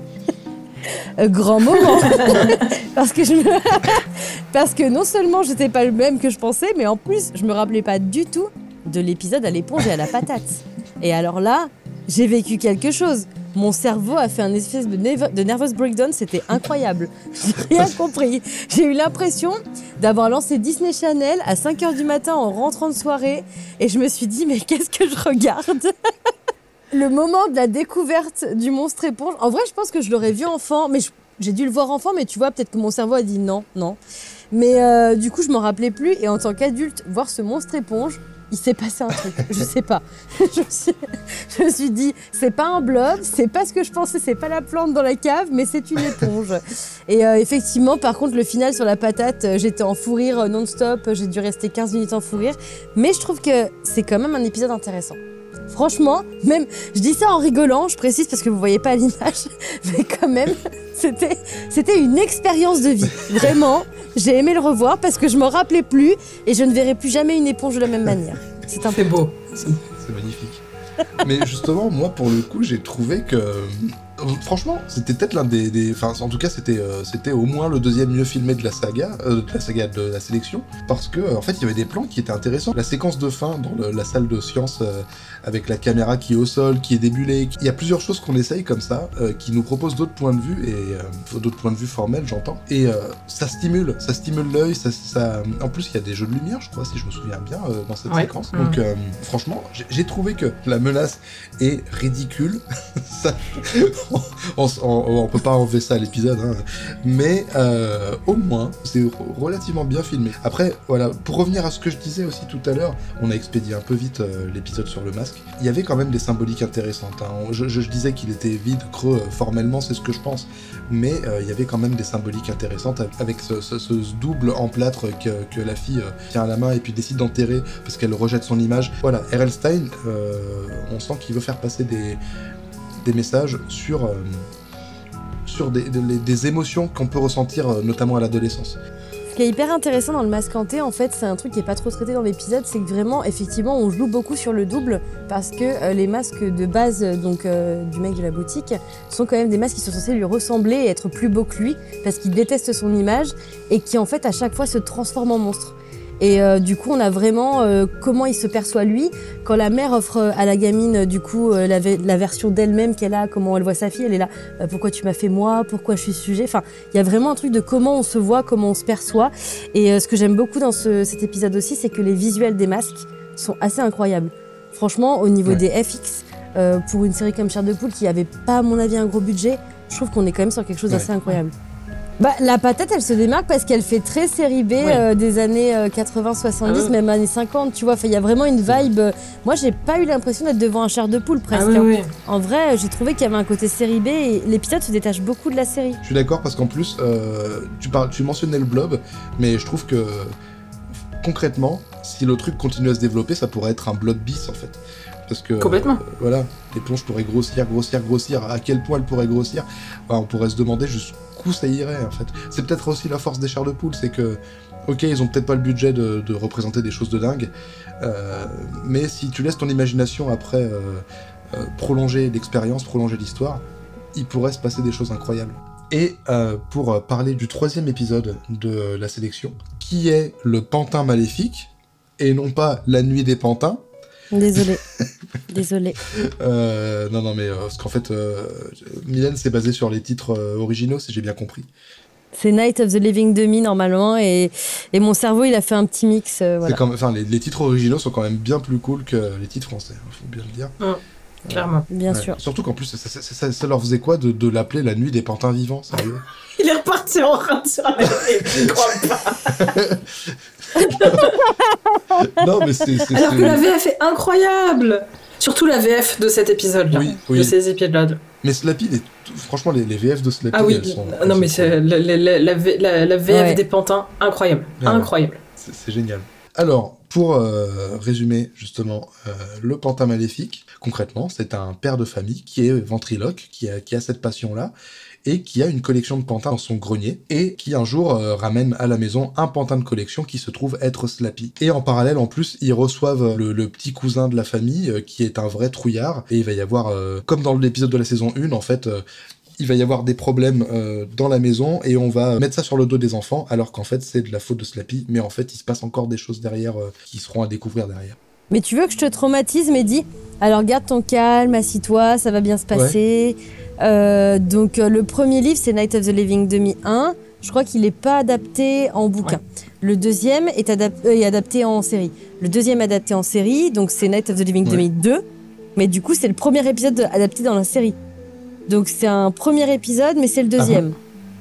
euh, grand moment. Parce que je me... Parce que non seulement j'étais pas le même que je pensais, mais en plus, je me rappelais pas du tout de l'épisode à l'éponge et à la patate. Et alors là, j'ai vécu quelque chose. Mon cerveau a fait un espèce de, nev- de nervous breakdown, c'était incroyable. J'ai rien compris. J'ai eu l'impression d'avoir lancé Disney Channel à cinq heures du matin en rentrant de soirée, et je me suis dit, mais qu'est-ce que je regarde ? Le moment de la découverte du monstre éponge, en vrai, je pense que je l'aurais vu enfant, mais je, j'ai dû le voir enfant, mais tu vois, peut-être que mon cerveau a dit non, non. Mais euh, du coup, je m'en rappelais plus. Et en tant qu'adulte, voir ce monstre éponge, il s'est passé un truc. Je sais pas. je, me suis, je me suis dit, c'est pas un blob, c'est pas ce que je pensais, c'est pas la plante dans la cave, mais c'est une éponge. Et euh, effectivement, par contre, le final sur la patate, euh, j'étais en fou rire euh, non-stop. J'ai dû rester quinze minutes en fou rire. Mais je trouve que c'est quand même un épisode intéressant. Franchement, même, je dis ça en rigolant, je précise parce que vous voyez pas l'image, mais quand même, c'était, c'était une expérience de vie. Vraiment, j'ai aimé le revoir parce que je me rappelais plus et je ne verrai plus jamais une éponge de la même manière. C'est, c'est beau. C'est, c'est magnifique. Mais justement, moi, pour le coup, j'ai trouvé que... Franchement, c'était peut-être l'un des... des... Enfin, en tout cas, c'était, euh, c'était au moins le deuxième mieux filmé de la saga, euh, de la saga de la sélection, parce que, euh, en fait, il y avait des plans qui étaient intéressants. La séquence de fin dans le, la salle de science, euh, avec la caméra qui est au sol, qui est débulée. Il y a plusieurs choses qu'on essaye comme ça, euh, qui nous proposent d'autres points de vue, et euh, d'autres points de vue formels, j'entends. Et euh, ça stimule, ça stimule l'œil, ça, ça... En plus, il y a des jeux de lumière, je crois, si je me souvion bien, euh, dans cette ouais. séquence. Mmh. Donc, euh, franchement, j'ai, j'ai trouvé que la menace est ridicule. ça... on, on, on peut pas enlever ça à l'épisode, hein. Mais euh, au moins, c'est relativement bien filmé. Après, voilà, pour revenir à ce que je disais aussi tout à l'heure, on a expédié un peu vite euh, l'épisode sur le masque. Il y avait quand même des symboliques intéressantes. Hein. Je, je, je disais qu'il était vide, creux, euh, formellement, c'est ce que je pense. Mais euh, il y avait quand même des symboliques intéressantes avec ce, ce, ce double en plâtre que, que la fille euh, tient à la main et puis décide d'enterrer parce qu'elle rejette son image. Voilà, R L. Stine, euh, on sent qu'il veut faire passer des... des messages sur, euh, sur des, des, des émotions qu'on peut ressentir, euh, notamment à l'adolescence. Ce qui est hyper intéressant dans le masque hanté, en fait, c'est un truc qui est pas trop traité dans l'épisode, c'est que vraiment, effectivement, on joue beaucoup sur le double parce que euh, les masques de base donc, euh, du mec de la boutique sont quand même des masques qui sont censés lui ressembler et être plus beaux que lui parce qu'il déteste son image et qui, en fait, à chaque fois se transforment en monstre. Et euh, du coup, on a vraiment euh, comment il se perçoit lui. Quand la mère offre à la gamine, du coup, euh, la, la version d'elle-même qu'elle a, comment elle voit sa fille, elle est là, euh, pourquoi tu m'as fait moi, pourquoi je suis sujet. Enfin, il y a vraiment un truc de comment on se voit, comment on se perçoit. Et euh, ce que j'aime beaucoup dans ce, cet épisode aussi, c'est que les visuels des masques sont assez incroyables. Franchement, au niveau ouais. des F X, euh, pour une série comme Chair de Poule, qui avait pas, à mon avis, un gros budget, je trouve qu'on est quand même sur quelque chose d'assez ouais. incroyable. Bah, la patate, elle se démarque parce qu'elle fait très série B ouais. euh, des années euh, quatre-vingts soixante-dix, ah, oui. même années cinquante, tu vois. Il y a vraiment une vibe. Euh, moi, j'ai pas eu l'impression d'être devant un Chair de Poule presque. Ah, oui, hein. oui. En vrai, j'ai trouvé qu'il y avait un côté série B et l'épisode se détache beaucoup de la série. Je suis d'accord parce qu'en plus, euh, tu, parles, tu mentionnais le blob, mais je trouve que concrètement, si le truc continue à se développer, ça pourrait être un blob bis en fait. Parce que, complètement. Euh, voilà, l'éponge pourrait grossir, grossir, grossir. À quel point elle pourrait grossir, enfin, on pourrait se demander jusqu'où ça irait en fait. C'est peut-être aussi la force des Chairs de Poule, c'est que, ok, ils ont peut-être pas le budget de, de représenter des choses de dingue, euh, mais si tu laisses ton imagination après euh, euh, prolonger l'expérience, prolonger l'histoire, il pourrait se passer des choses incroyables. Et euh, pour parler du troisième épisode de la sélection, qui est le pantin maléfique, et non pas la nuit des pantins. Désolée. Désolée. Euh, non, non, mais euh, parce qu'en fait, euh, Mylène s'est basée sur les titres euh, originaux, si j'ai bien compris. C'est Night of the Living Demi, normalement, et, et mon cerveau, il a fait un petit mix. Euh, voilà. C'est quand même, enfin, les, les titres originaux sont quand même bien plus cool que les titres français, il faut bien le dire. Mmh. Clairement. Bien ouais. sûr. Surtout qu'en plus, ça, ça, ça, ça leur faisait quoi de, de l'appeler la nuit des pantins vivants, sérieux? Il est reparti en train sur la je crois pas. Non, mais c'est, c'est, alors c'est... que la V F est incroyable. Surtout la V F de cet épisode-là, oui, oui. de ces épisodes-là. Mais Slappy, les... franchement, les, les V F de Slappy, ah oui. elles sont... Non, elles mais sont c'est la, la, la, la, la V F ouais. des pantins, incroyable. Ouais, incroyable. Ouais. C'est, c'est génial. Alors, pour euh, résumer justement euh, le pantin maléfique, concrètement, c'est un père de famille qui est ventriloque, qui a, qui a cette passion-là, et qui a une collection de pantins dans son grenier, et qui un jour euh, ramène à la maison un pantin de collection qui se trouve être Slappy. Et en parallèle, en plus, ils reçoivent le, le petit cousin de la famille, euh, qui est un vrai trouillard, et il va y avoir, euh, comme dans l'épisode de la saison un, en fait... Euh, il va y avoir des problèmes euh, dans la maison et on va mettre ça sur le dos des enfants alors qu'en fait c'est de la faute de Slappy, mais en fait il se passe encore des choses derrière euh, qui seront à découvrir derrière. Mais tu veux que je te traumatise, Mehdi? Alors garde ton calme, assis-toi, ça va bien se passer. Ouais. Euh, donc euh, le premier livre c'est Night of the Living Demi un, je crois qu'il n'est pas adapté en bouquin. Ouais. Le deuxième est, adap- euh, est adapté en série. Le deuxième est adapté en série, donc c'est Night of the Living ouais. Demi deux, mais du coup c'est le premier épisode adapté dans la série. Donc c'est un premier épisode, mais c'est le deuxième.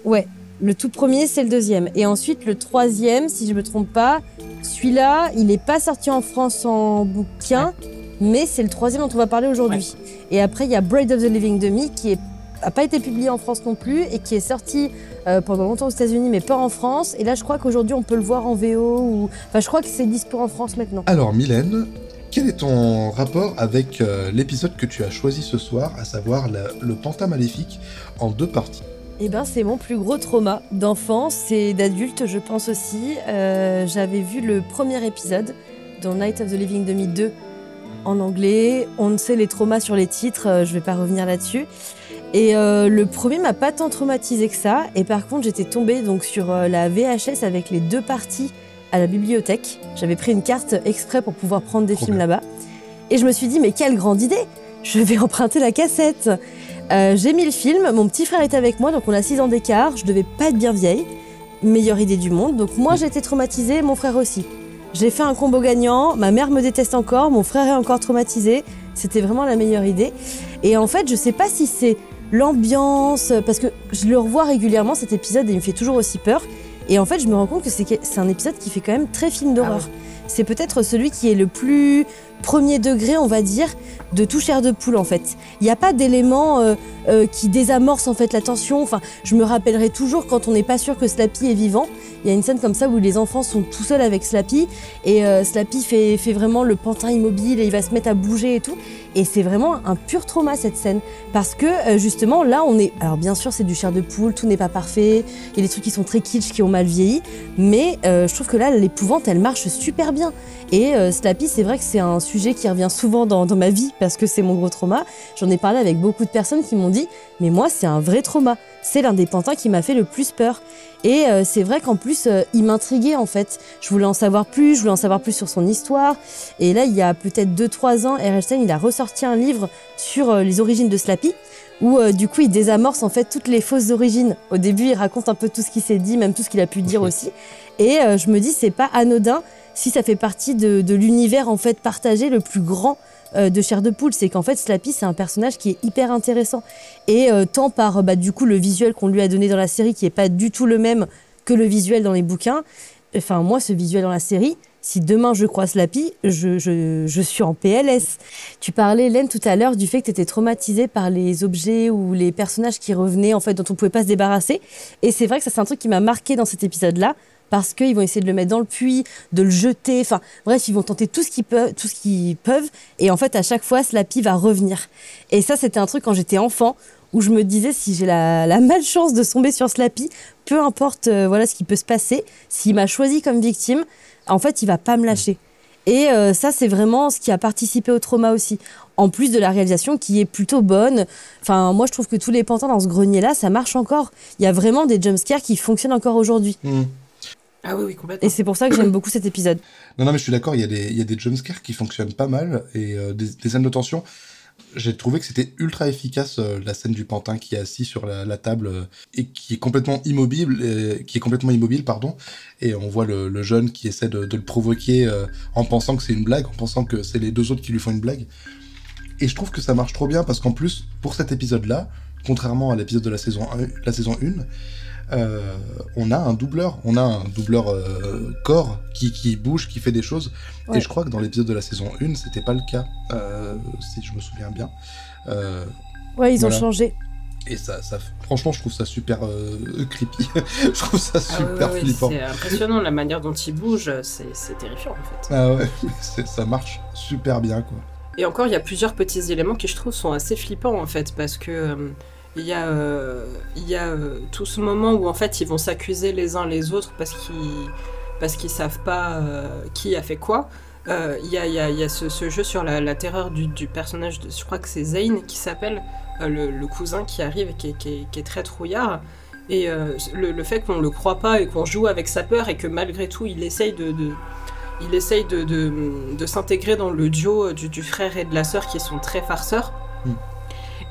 Ouais, le tout premier, c'est le deuxième. Et ensuite, le troisième, si je me trompe pas, celui-là, il n'est pas sorti en France en bouquin, ouais. mais c'est le troisième dont on va parler aujourd'hui. Ouais. Et après, il y a Bride of the Living Demi, qui n'a pas été publié en France non plus, et qui est sorti euh, pendant longtemps aux États-Unis, mais pas en France. Et là, je crois qu'aujourd'hui, on peut le voir en V O, ou... enfin, je crois que c'est dispo en France maintenant. Alors, Mylène, quel est ton rapport avec euh, l'épisode que tu as choisi ce soir, à savoir la, le Pantin Maléfique, en deux parties? Eh ben, c'est mon plus gros trauma d'enfance et d'adulte, je pense aussi. Euh, j'avais vu le premier épisode dans Night of the Living Demi deux en anglais. On ne sait les traumas sur les titres, euh, je vais pas revenir là-dessus. Et euh, le premier m'a pas tant traumatisé que ça. Et par contre, j'étais tombée donc sur euh, la V H S avec les deux parties à la bibliothèque. J'avais pris une carte exprès pour pouvoir prendre des Trop films bien. Là-bas. Et je me suis dit, mais quelle grande idée! Je vais emprunter la cassette. Euh, j'ai mis le film, mon petit frère était avec moi, donc on a six ans d'écart, je devais pas être bien vieille, meilleure idée du monde, donc moi j'ai été traumatisée, mon frère aussi. J'ai fait un combo gagnant, ma mère me déteste encore, mon frère est encore traumatisé, c'était vraiment la meilleure idée. Et en fait, je sais pas si c'est l'ambiance, parce que je le revois régulièrement cet épisode et il me fait toujours aussi peur, et en fait je me rends compte que c'est, c'est un épisode qui fait quand même très film d'horreur. Ah ouais. C'est peut-être celui qui est le plus premier degré, on va dire, de tout Chair de Poule en fait. Il n'y a pas d'éléments euh, euh, qui désamorcent en fait la tension. Enfin, je me rappellerai toujours quand on n'est pas sûr que Slappy est vivant. Il y a une scène comme ça où les enfants sont tout seuls avec Slappy et euh, Slappy fait, fait vraiment le pantin immobile et il va se mettre à bouger et tout. Et c'est vraiment un pur trauma cette scène parce que euh, justement là on est... Alors bien sûr c'est du Chair de Poule, tout n'est pas parfait, il y a des trucs qui sont très kitsch, qui ont mal vieilli, mais euh, je trouve que là l'épouvante elle marche super bien. Et euh, Slappy c'est vrai que c'est un sujet qui revient souvent dans, dans ma vie parce que c'est mon gros trauma. J'en ai parlé avec beaucoup de personnes qui m'ont dit mais moi c'est un vrai trauma, c'est l'un des pantins qui m'a fait le plus peur. Et euh, c'est vrai qu'en plus euh, il m'intriguait en fait, je voulais en savoir plus, je voulais en savoir plus sur son histoire. Et là il y a peut-être deux trois ans, R L. Stine il a ressorti un livre sur euh, les origines de Slappy où euh, du coup il désamorce en fait toutes les fausses origines. Au début il raconte un peu tout ce qu'il s'est dit, même tout ce qu'il a pu dire aussi. Et euh, je me dis c'est pas anodin si ça fait partie de, de l'univers en fait partagé le plus grand euh, de Chair de Poule, c'est qu'en fait Slappy c'est un personnage qui est hyper intéressant et euh, tant par bah, du coup le visuel qu'on lui a donné dans la série qui est pas du tout le même que le visuel dans les bouquins. Enfin moi ce visuel dans la série, si demain je croise Slappy, je, je, je suis en P L S. Tu parlais, Hélène, tout à l'heure du fait que tu étais traumatisée par les objets ou les personnages qui revenaient, en fait, dont on pouvait pas se débarrasser. Et c'est vrai que ça, c'est un truc qui m'a marqué dans cet épisode-là, parce qu'ils vont essayer de le mettre dans le puits, de le jeter, enfin, bref, ils vont tenter tout ce qu'ils peuvent, tout ce qu'ils peuvent. Et en fait, à chaque fois, Slappy va revenir. Et ça, c'était un truc quand j'étais enfant, où je me disais, si j'ai la, la malchance de tomber sur Slappy, peu importe euh, voilà, ce qui peut se passer, s'il m'a choisi comme victime, en fait, il va pas me lâcher. Et euh, ça, c'est vraiment ce qui a participé au trauma aussi. En plus de la réalisation qui est plutôt bonne. Enfin, moi, je trouve que tous les pantins dans ce grenier-là, ça marche encore. Il y a vraiment des jumpscares qui fonctionnent encore aujourd'hui. Mmh. Ah oui, oui, complètement. Et c'est pour ça que j'aime beaucoup cet épisode. Non, non, mais je suis d'accord, il y a des, il y a des jumpscares qui fonctionnent pas mal et euh, des, des scènes de tension. J'ai trouvé que c'était ultra efficace, euh, la scène du pantin qui est assis sur la, la table euh, et qui est complètement immobile, euh, qui est complètement immobile, pardon. Et on voit le, le jeune qui essaie de, de le provoquer euh, en pensant que c'est une blague, en pensant que c'est les deux autres qui lui font une blague. Et je trouve que ça marche trop bien parce qu'en plus, pour cet épisode-là, contrairement à l'épisode de la saison un, la saison un, euh, on a un doubleur, on a un doubleur euh, corps qui, qui bouge, qui fait des choses. Ouais. Et je crois que dans l'épisode de la saison un, c'était pas le cas, euh, si je me souviens bien. Euh, ouais, ils voilà. ont changé. Et ça, ça, franchement, je trouve ça super euh, creepy. Je trouve ça super ah ouais, flippant. C'est impressionnant la manière dont il bouge, c'est, c'est terrifiant en fait. Ah ouais, c'est, ça marche super bien quoi. Et encore, il y a plusieurs petits éléments qui, je trouve, sont assez flippants, en fait, parce que euh, il y a, euh, il y a euh, tout ce moment où, en fait, ils vont s'accuser les uns les autres parce qu'ils, parce qu'ils savent pas euh, qui a fait quoi. Euh, il y a, il y a, il y a ce, ce jeu sur la, la terreur du, du personnage, de, je crois que c'est Zane qui s'appelle, euh, le, le cousin qui arrive et qui est, qui est, qui est très trouillard. Et euh, le, le fait qu'on le croit pas et qu'on joue avec sa peur et que, malgré tout, il essaye de... de Il essaye de, de, de s'intégrer dans le duo du, du frère et de la sœur qui sont très farceurs. Mm.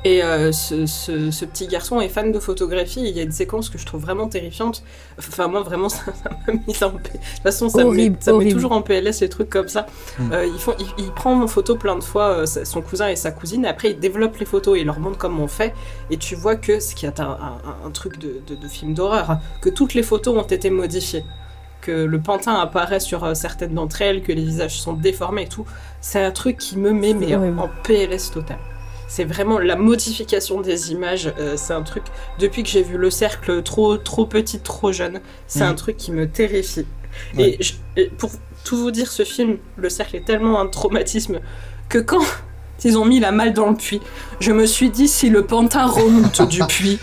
Et euh, ce, ce, ce petit garçon est fan de photographie. Il y a une séquence que je trouve vraiment terrifiante. Enfin, moi, vraiment, ça, ça m'a mis en P... De toute façon, ça, horrible, me, met, ça me met toujours en P L S, les trucs comme ça. Mm. Euh, ils font, il, il prend en photo plein de fois euh, son cousin et sa cousine. Et après, il développe les photos et il leur montre comment on fait. Et tu vois que ce qui est un, un, un truc de, de, de film d'horreur, hein, que toutes les photos ont été modifiées. Que le pantin apparaît sur euh, certaines d'entre elles, que les visages sont déformés et tout. C'est un truc qui me met mais, en, en P L S total. C'est vraiment la modification des images, euh, c'est un truc, depuis que j'ai vu Le Cercle trop, trop petit, trop jeune, c'est mmh. un truc qui me terrifie. Ouais. Et, je, et pour tout vous dire, ce film, Le Cercle est tellement un traumatisme que quand ils ont mis la malle dans le puits, je me suis dit, si le pantin remonte du puits,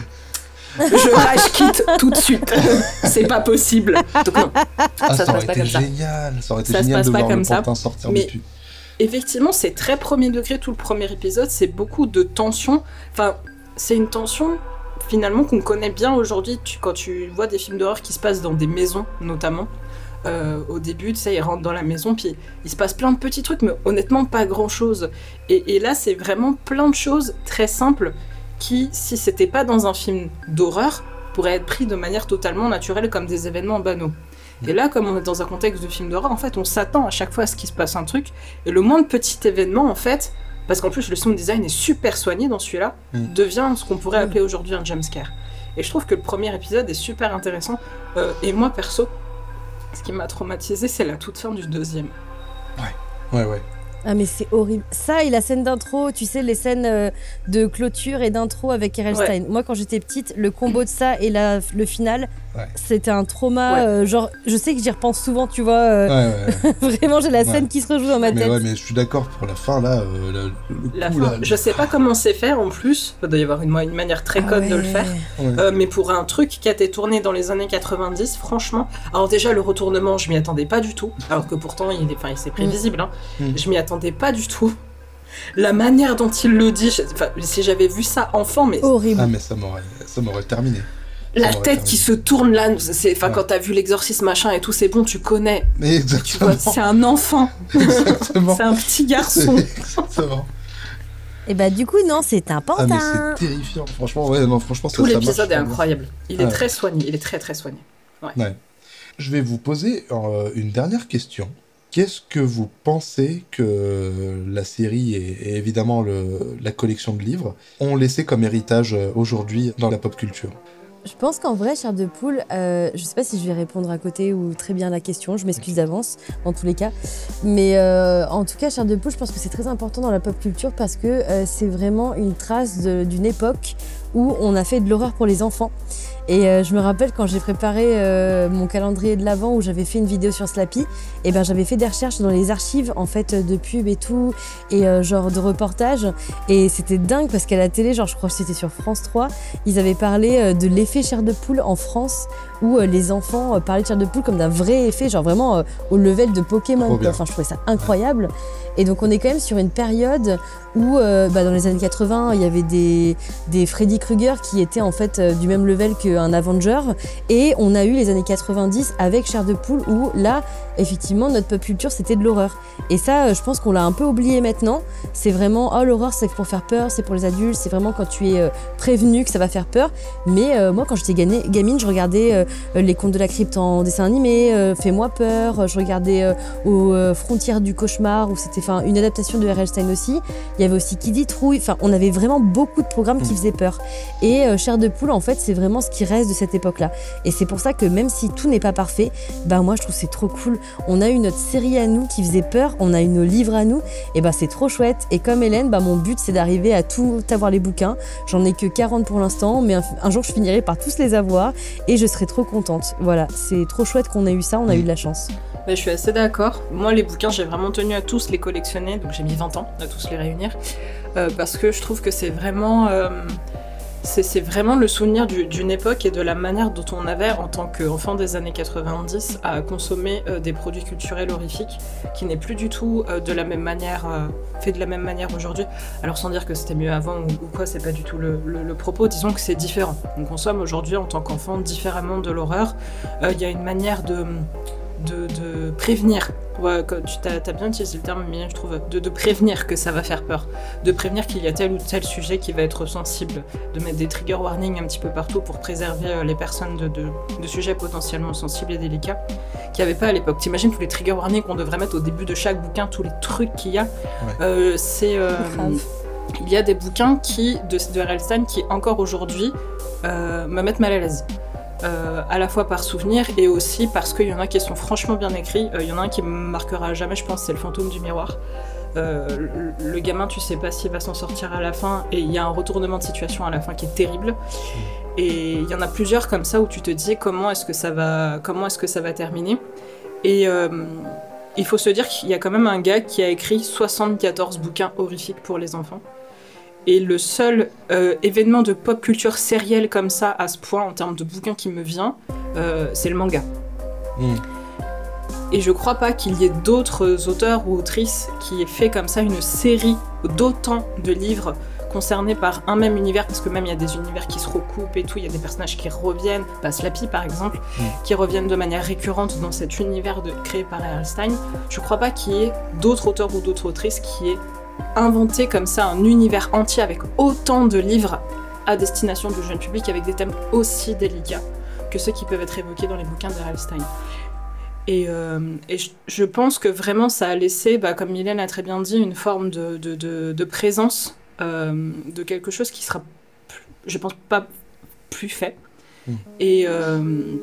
je rage quitte tout de suite. C'est pas possible. Donc non, ah, ça, ça aurait été génial. Ça aurait été génial de voir le pantin sortir du puits. Effectivement, c'est très premier degré, tout le premier épisode, c'est beaucoup de tension. Enfin, c'est une tension, finalement, qu'on connaît bien aujourd'hui, tu, quand tu vois des films d'horreur qui se passent dans des maisons, notamment. Euh, au début, tu sais, ils rentrent dans la maison, puis il se passe plein de petits trucs, mais honnêtement, pas grand-chose. Et, et là, c'est vraiment plein de choses très simples qui, si c'était pas dans un film d'horreur, pourraient être pris de manière totalement naturelle comme des événements banaux. Et là, comme on est dans un contexte de film d'horreur, en fait, on s'attend à chaque fois à ce qu'il se passe un truc. Et le moindre petit événement, en fait, parce qu'en plus le sound design est super soigné dans celui-là, mmh. devient ce qu'on pourrait appeler aujourd'hui un jumpscare. Et je trouve que le premier épisode est super intéressant. Euh, et moi, perso, ce qui m'a traumatisé, c'est la toute fin du deuxième. Ouais, ouais, ouais. Ah mais c'est horrible. Ça et la scène d'intro, tu sais, les scènes euh, de clôture et d'intro avec R L ouais. Stein. Moi, quand j'étais petite, le combo de ça et la, le final, ouais. c'était un trauma. Ouais. Euh, genre, je sais que j'y repense souvent, tu vois. Euh, ouais, ouais, ouais. Vraiment, j'ai la scène ouais. qui se rejoue dans ma mais tête. Ouais, mais je suis d'accord pour la fin, là. Euh, la, le la coup, fin, là, je sais pas comment c'est fait, en plus. Il doit y avoir une, une manière très code ah ouais. de le faire. Ouais. Euh, mais pour un truc qui a été tourné dans les années quatre-vingt-dix, franchement... Alors déjà, le retournement, je m'y attendais pas du tout. Alors que pourtant, il est, enfin, c'est prévisible. Hein. Mm. Je m'y attendais pas du tout. La manière dont il le dit, enfin, si j'avais vu ça enfant, mais... Horrible. Ah, mais ça m'aurait, ça m'aurait terminé. La tête terminé. Qui se tourne là, c'est, enfin, ouais. quand t'as vu l'exorcisme machin et tout, c'est bon, tu connais. Mais exactement. Tu vois, c'est un enfant. Exactement. C'est un petit garçon. Exactement. Et bah du coup non, c'est un pantin. Ah mais c'est terrifiant, franchement, ouais, non, franchement ça, tout ça l'épisode marche, est incroyable. Il ah, est ouais. très soigné, il est très très soigné. Ouais. Ouais. Je vais vous poser euh, une dernière question. Qu'est-ce que vous pensez que la série et, et évidemment le, la collection de livres ont laissé comme héritage aujourd'hui dans la pop culture ? Je pense qu'en vrai, Chair de Poule, euh, je sais pas si je vais répondre à côté ou très bien à la question, je m'excuse d'avance, dans tous les cas. Mais euh, en tout cas, Chair de Poule, je pense que c'est très important dans la pop culture parce que euh, c'est vraiment une trace de, d'une époque où on a fait de l'horreur pour les enfants. Et euh, je me rappelle quand j'ai préparé euh, mon calendrier de l'Avent où j'avais fait une vidéo sur Slappy, et ben j'avais fait des recherches dans les archives en fait de pubs et tout, et euh, genre de reportages, et c'était dingue parce qu'à la télé, genre je crois que c'était sur France trois, ils avaient parlé euh, de l'effet Chair de Poule en France où euh, les enfants euh, parlaient de Chair de Poule comme d'un vrai effet, genre vraiment euh, au level de Pokémon. Enfin, je trouvais ça incroyable. Et donc on est quand même sur une période où euh, bah, dans les années quatre-vingts, il y avait des, des Freddy Krueger qui étaient en fait euh, du même level qu'un Avenger, et on a eu les années quatre-vingt-dix avec Chair de Poule où là, effectivement, notre pop culture c'était de l'horreur. Et ça, euh, je pense qu'on l'a un peu oublié maintenant. C'est vraiment, oh l'horreur c'est pour faire peur, c'est pour les adultes, c'est vraiment quand tu es euh, prévenu que ça va faire peur. Mais euh, moi quand j'étais gamine, gamine je regardais euh, les Contes de la Crypte en dessin animé, euh, Fais-moi peur, je regardais euh, aux euh, Frontières du cauchemar où c'était enfin une adaptation de R L Stein aussi. Il y avait aussi Kiddy Trouille. Enfin, on avait vraiment beaucoup de programmes qui faisaient peur. Et euh, Chair de Poule, en fait, c'est vraiment ce qui reste de cette époque-là. Et c'est pour ça que même si tout n'est pas parfait, bah moi, je trouve que c'est trop cool. On a eu notre série à nous qui faisait peur. On a eu nos livres à nous. Et bah, c'est trop chouette. Et comme Hélène, bah, mon but, c'est d'arriver à tout avoir les bouquins. J'en ai que quarante pour l'instant, mais un, un jour, je finirai par tous les avoir. Et je serai trop contente. Voilà, c'est trop chouette qu'on ait eu ça. On a eu de la chance. Mais je suis assez d'accord. Moi, les bouquins, j'ai vraiment tenu à tous les collectionner, donc j'ai mis vingt ans à tous les réunir, euh, parce que je trouve que c'est vraiment, euh, c'est, c'est vraiment le souvenir du, d'une époque et de la manière dont on avait, en tant qu'enfant des années quatre-vingt-dix, à consommer euh, des produits culturels horrifiques, qui n'est plus du tout euh, de la même manière, euh, fait de la même manière aujourd'hui. Alors sans dire que c'était mieux avant ou, ou quoi, c'est pas du tout le, le, le propos, disons que c'est différent. On consomme aujourd'hui, en tant qu'enfant, différemment de l'horreur. Il euh, y a une manière de... De, de prévenir Ouais, tu t'as, t'as bien utilisé le terme, mais je trouve, de, de prévenir que ça va faire peur, de prévenir qu'il y a tel ou tel sujet qui va être sensible, de mettre des trigger warnings un petit peu partout pour préserver les personnes de, de, de sujets potentiellement sensibles et délicats, qu'il n'y avait pas à l'époque. T'imagines tous les trigger warnings qu'on devrait mettre au début de chaque bouquin, tous les trucs qu'il y a. Ouais. Euh, c'est, euh, il y a des bouquins qui, de, de R L. Stine qui, encore aujourd'hui, euh, me mettent mal à l'aise. Euh, à la fois par souvenir et aussi parce qu'il y en a qui sont franchement bien écrits. Il euh, y en a un qui me marquera à jamais, je pense, c'est Le Fantôme du Miroir. Euh, le, le gamin, tu sais pas s'il va s'en sortir à la fin, et il y a un retournement de situation à la fin qui est terrible. Et il y en a plusieurs comme ça où tu te dis comment est-ce que ça va, comment est-ce que ça va terminer. Et euh, il faut se dire qu'il y a quand même un gars qui a écrit soixante-quatorze bouquins horrifiques pour les enfants. Et le seul euh, événement de pop culture sériel comme ça, à ce point, en termes de bouquins qui me vient, euh, c'est le manga. Mmh. Et je crois pas qu'il y ait d'autres auteurs ou autrices qui aient fait comme ça une série d'autant de livres concernés par un même univers, parce que même il y a des univers qui se recoupent et tout, il y a des personnages qui reviennent, bah Slappy par exemple, mmh. qui reviennent de manière récurrente dans cet univers de, créé par R L. Stine. Je crois pas qu'il y ait d'autres auteurs ou d'autres autrices qui aient inventer comme ça un univers entier avec autant de livres à destination du jeune public avec des thèmes aussi délicats que ceux qui peuvent être évoqués dans les bouquins de R L. Stine. Et, euh, et je, je pense que vraiment ça a laissé, bah, comme Mylène a très bien dit, une forme de, de, de, de présence euh, de quelque chose qui sera, je pense, pas plus fait. Mmh. Et euh,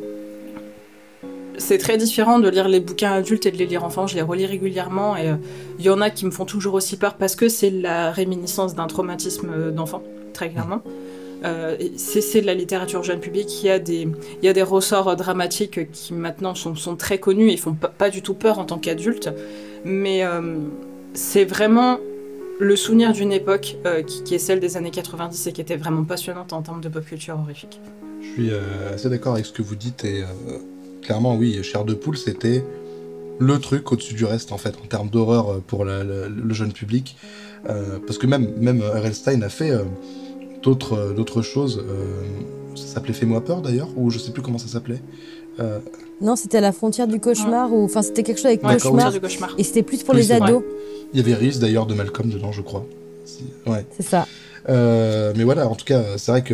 c'est très différent de lire les bouquins adultes et de les lire enfants. Je les relis régulièrement et il euh, y en a qui me font toujours aussi peur parce que c'est la réminiscence d'un traumatisme d'enfant, très clairement. Euh, c'est, c'est de la littérature jeune public. Il y a des, il y a des ressorts dramatiques qui maintenant sont, sont très connus et font pas, pas du tout peur en tant qu'adultes. Mais euh, c'est vraiment le souvenir d'une époque euh, qui, qui est celle des années quatre-vingt-dix et qui était vraiment passionnante en termes de pop culture horrifique. Je suis euh, assez d'accord avec ce que vous dites et... Euh... Clairement, oui, Chair de Poule, c'était le truc au-dessus du reste, en fait, en termes d'horreur pour la, la, le jeune public. Euh, parce que même, même R L. Stine a fait euh, d'autres, euh, d'autres choses. Euh, ça s'appelait Fais-moi peur, d'ailleurs, ou je sais plus comment ça s'appelait. Euh... Non, c'était à la frontière du cauchemar, ou enfin, c'était quelque chose avec ouais, cauchemar, oui. cauchemar. Et c'était plus pour oui, les ados. Vrai. Il y avait Reese, d'ailleurs, de Malcolm dedans, je crois. Ouais. C'est ça. Euh, mais voilà, en tout cas, c'est vrai que...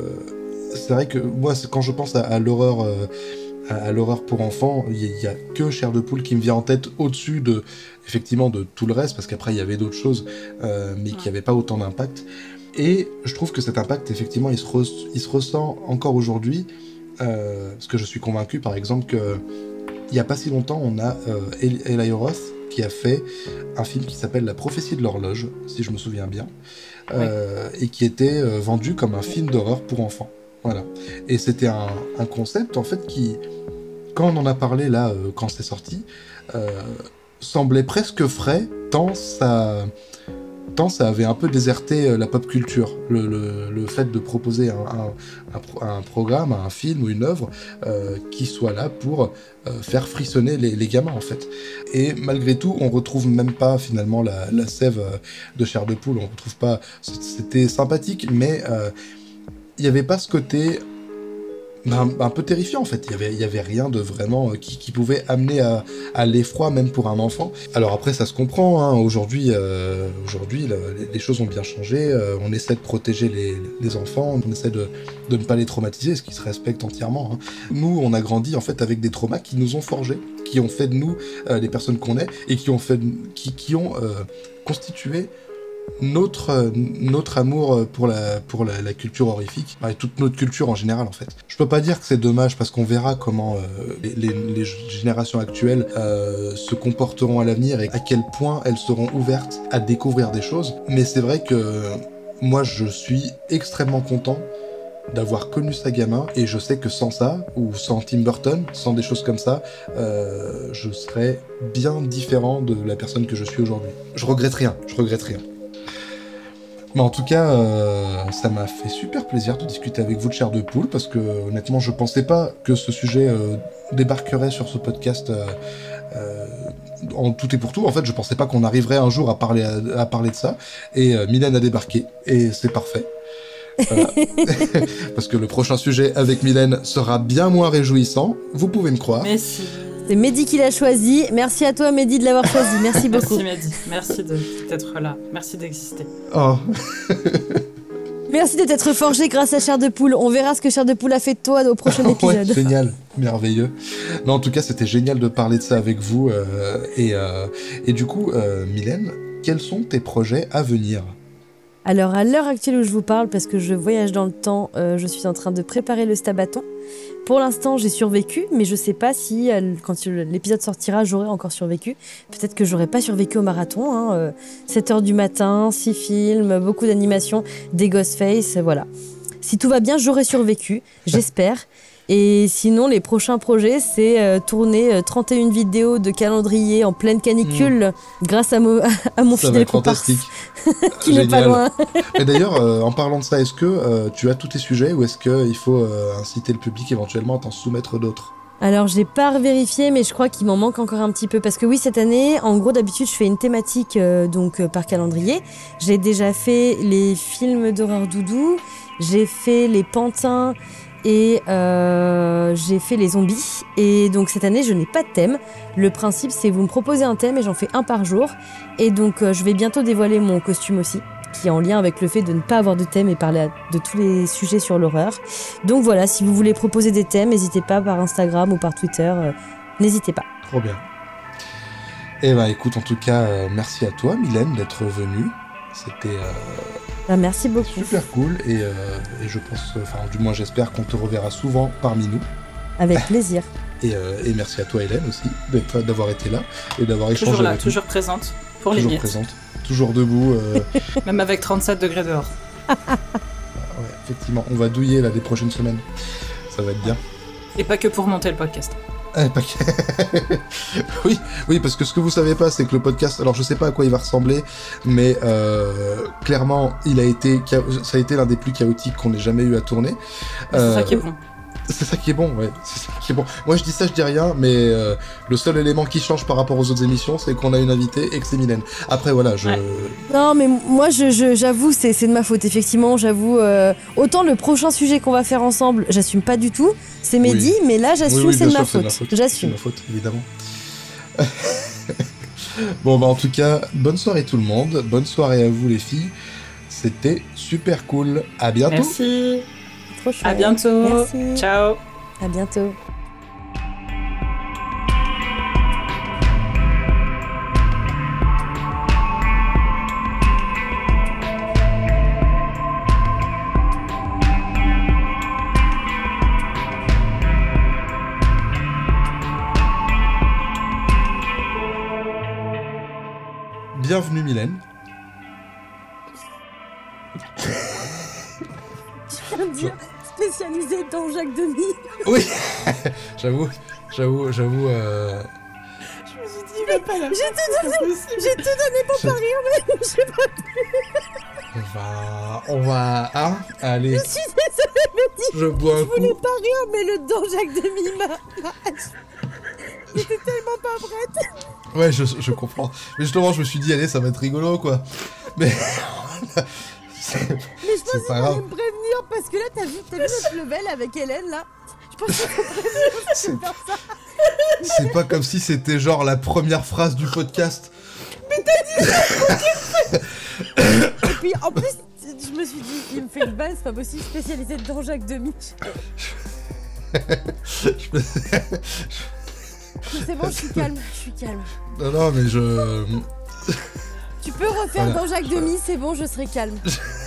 C'est vrai que moi, c'est quand je pense à, à l'horreur... Euh, à l'horreur pour enfants, il y a que Chair de Poule qui me vient en tête au-dessus de, effectivement, de tout le reste, parce qu'après il y avait d'autres choses, euh, mais qui n'avaient pas autant d'impact. Et je trouve que cet impact, effectivement, il se, re- il se ressent encore aujourd'hui, euh, parce que je suis convaincu, par exemple, que il n'y a pas si longtemps, on a euh, Eli Roth qui a fait un film qui s'appelle La prophétie de l'horloge, si je me souviens bien, euh, ouais. et qui était euh, vendu comme un film d'horreur pour enfants. Voilà. Et c'était un, un concept, en fait, qui, quand on en a parlé, là, euh, quand c'est sorti, euh, semblait presque frais, tant ça, tant ça avait un peu déserté euh, la pop culture. Le, le, le fait de proposer un, un, un, un programme, un film ou une œuvre euh, qui soit là pour euh, faire frissonner les, les gamins, en fait. Et malgré tout, on retrouve même pas, finalement, la, la sève de Chair de Poule. On retrouve pas... C'était sympathique, mais... Euh, il n'y avait pas ce côté ben, un peu terrifiant, en fait. Il y avait, il y avait rien de vraiment euh, qui, qui pouvait amener à, à l'effroi, même pour un enfant. Alors après, ça se comprend, hein. Aujourd'hui, euh, aujourd'hui le, les, les choses ont bien changé. Euh, on essaie de protéger les, les enfants, on essaie de, de ne pas les traumatiser, ce qui se respecte entièrement, hein. Nous, on a grandi, en fait, avec des traumas qui nous ont forgés, qui ont fait de nous euh, les personnes qu'on est, et qui ont, fait de, qui, qui ont euh, constitué Notre, notre amour pour la, pour la, la culture horrifique, et toute notre culture en général, en fait. Je peux pas dire que c'est dommage, parce qu'on verra comment euh, les, les, les générations actuelles euh, se comporteront à l'avenir et à quel point elles seront ouvertes à découvrir des choses. Mais c'est vrai que moi, je suis extrêmement content d'avoir connu ça gamin, et je sais que sans ça, ou sans Tim Burton, sans des choses comme ça, euh, je serais bien différent de la personne que je suis aujourd'hui. Je regrette rien, je regrette rien. Mais en tout cas, euh, ça m'a fait super plaisir de discuter avec vous de Chair de Poule, parce que honnêtement, je pensais pas que ce sujet euh, débarquerait sur ce podcast euh, euh, en tout et pour tout. En fait, je pensais pas qu'on arriverait un jour à parler, à, à parler de ça, et euh, Mylène a débarqué, et c'est parfait. Voilà. Parce que le prochain sujet avec Mylène sera bien moins réjouissant, vous pouvez me croire. Mais si. C'est Mehdi qui l'a choisi. Merci à toi, Mehdi, de l'avoir choisi. Merci beaucoup. Merci Mehdi, merci de, d'être là, merci d'exister. Oh. Merci de t'être forgé grâce à Chair de Poule. On verra ce que Chair de Poule a fait de toi au prochain épisode. Ouais, génial, merveilleux. Non, en tout cas, c'était génial de parler de ça avec vous. Euh, et, euh, et du coup, euh, Mylène, quels sont tes projets à venir ? Alors, à l'heure actuelle où je vous parle, parce que je voyage dans le temps, euh, je suis en train de préparer le Stabaton. Pour l'instant, j'ai survécu, mais je sais pas si, euh, quand l'épisode sortira, j'aurai encore survécu. Peut-être que j'aurai pas survécu au marathon. Hein, euh, sept heures du matin, six films, beaucoup d'animations, des Ghostface, voilà. Si tout va bien, j'aurai survécu, j'espère. Et sinon, les prochains projets, c'est euh, tourner euh, trente et une vidéos de calendrier en pleine canicule mmh. grâce à, mo- à mon ça fidèle comparse. Fantastique. qui n'est pas loin. Et d'ailleurs, euh, en parlant de ça, est-ce que euh, tu as tous tes sujets ou est-ce qu'il faut euh, inciter le public éventuellement à t'en soumettre d'autres ? Alors, j'ai pas vérifié, mais je crois qu'il m'en manque encore un petit peu. Parce que oui, cette année, en gros, d'habitude, je fais une thématique euh, donc euh, par calendrier. J'ai déjà fait les films d'horreur doudou, j'ai fait les pantins et euh, j'ai fait les zombies. Et donc, cette année, je n'ai pas de thème. Le principe, c'est vous me proposez un thème et j'en fais un par jour. Et donc, euh, je vais bientôt dévoiler mon costume aussi, qui est en lien avec le fait de ne pas avoir de thème et parler à, de tous les sujets sur l'horreur. Donc voilà, si vous voulez proposer des thèmes, n'hésitez pas par Instagram ou par Twitter, euh, n'hésitez pas. Trop bien. Eh ben écoute, en tout cas, euh, merci à toi, Mylène, d'être venue. C'était euh, bah, merci beaucoup. Super cool et, euh, et je pense, enfin du moins j'espère qu'on te reverra souvent parmi nous. Avec plaisir. Et, euh, et merci à toi, Hélène, aussi, d'être, d'avoir été là et d'avoir échangé toujours là, avec toujours nous. présente pour les toujours miettes. présente, toujours debout. Euh... Même avec trente-sept degrés dehors. Ouais, effectivement, on va douiller là les prochaines semaines. Ça va être bien. Et pas que pour monter le podcast. Eh, pas que... oui, oui, parce que ce que vous savez pas, c'est que le podcast, alors je sais pas à quoi il va ressembler, mais euh, clairement, il a été, ça a été l'un des plus chaotiques qu'on ait jamais eu à tourner. C'est euh, ça qui est bon. C'est ça qui est bon, ouais. C'est ça qui est bon. Moi, je dis ça, je dis rien, mais euh, le seul élément qui change par rapport aux autres émissions, c'est qu'on a une invitée et que c'est Mylène. Après, voilà, je... Ouais. Non, mais moi, je, je, j'avoue, c'est, c'est de ma faute, effectivement, j'avoue. Euh, autant le prochain sujet qu'on va faire ensemble, j'assume pas du tout, c'est Mehdi, oui. mais là, j'assume, oui, oui, c'est, de sûr, c'est de ma faute. J'assume. C'est de ma faute, évidemment. Bon, bah, en tout cas, bonne soirée tout le monde. Bonne soirée à vous, les filles. C'était super cool. À bientôt. Merci. À bientôt. Merci. Ciao. À bientôt. Bienvenue, Mylène. Je viens de dire spécialisé dans Jacques Demy. Oui, j'avoue, j'avoue, j'avoue. Euh... Je me suis dit, il va pas la J'ai tout donné, j'ai tout donné pour je... pas rire, mais je sais pas plus. On va, on va, hein, allez. Je suis désolée, Mehdi. Je bois un Je coup. voulais pas rire, mais le don Jacques Demy m'a. J'étais tellement pas prête. Ouais, je, je comprends. Mais justement, je me suis dit, allez, ça va être rigolo, quoi. Mais. C'est... Mais je pense qu'il fallait me prévenir parce que là, t'as vu, t'as vu notre level avec Hélène, là. Je pense qu'il faut prévenir c'est... faire ça. C'est pas comme si c'était genre la première phrase du podcast. Mais t'as dit ça. Et puis, en plus, je me suis dit, il me fait une balle, c'est pas possible, spécialisé dans Jacques Demy. je me... C'est bon, je suis calme, je suis calme. Non, non, mais je... Tu peux refaire voilà. dans Jacques Demy, c'est bon, je serai calme.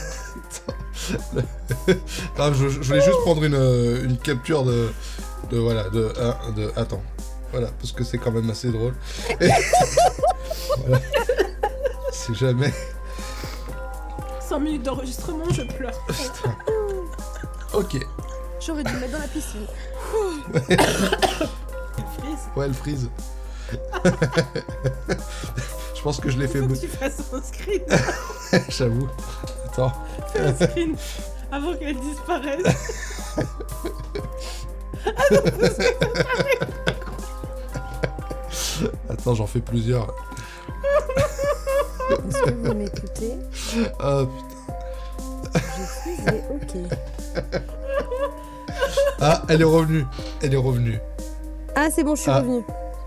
non, je, je voulais juste prendre une, une capture de, de voilà, de, de, attends, voilà, parce que c'est quand même assez drôle. Et, voilà. C'est jamais. cinq minutes d'enregistrement, je pleure. Putain. Ok. J'aurais dû me mettre dans la piscine. Ouais. Elle frise. Ouais, elle frise. Je pense que je l'ai fait. Faut que tu fasses un screen. J'avoue. Attends. Fais un screen avant qu'elle disparaisse. Ah non, parce que attends, j'en fais plusieurs. Est-ce que vous m'écoutez? Oh putain. J'ai frisé, ok. Ah, elle est revenue. Elle est revenue. Ah, c'est bon, je suis ah. revenue.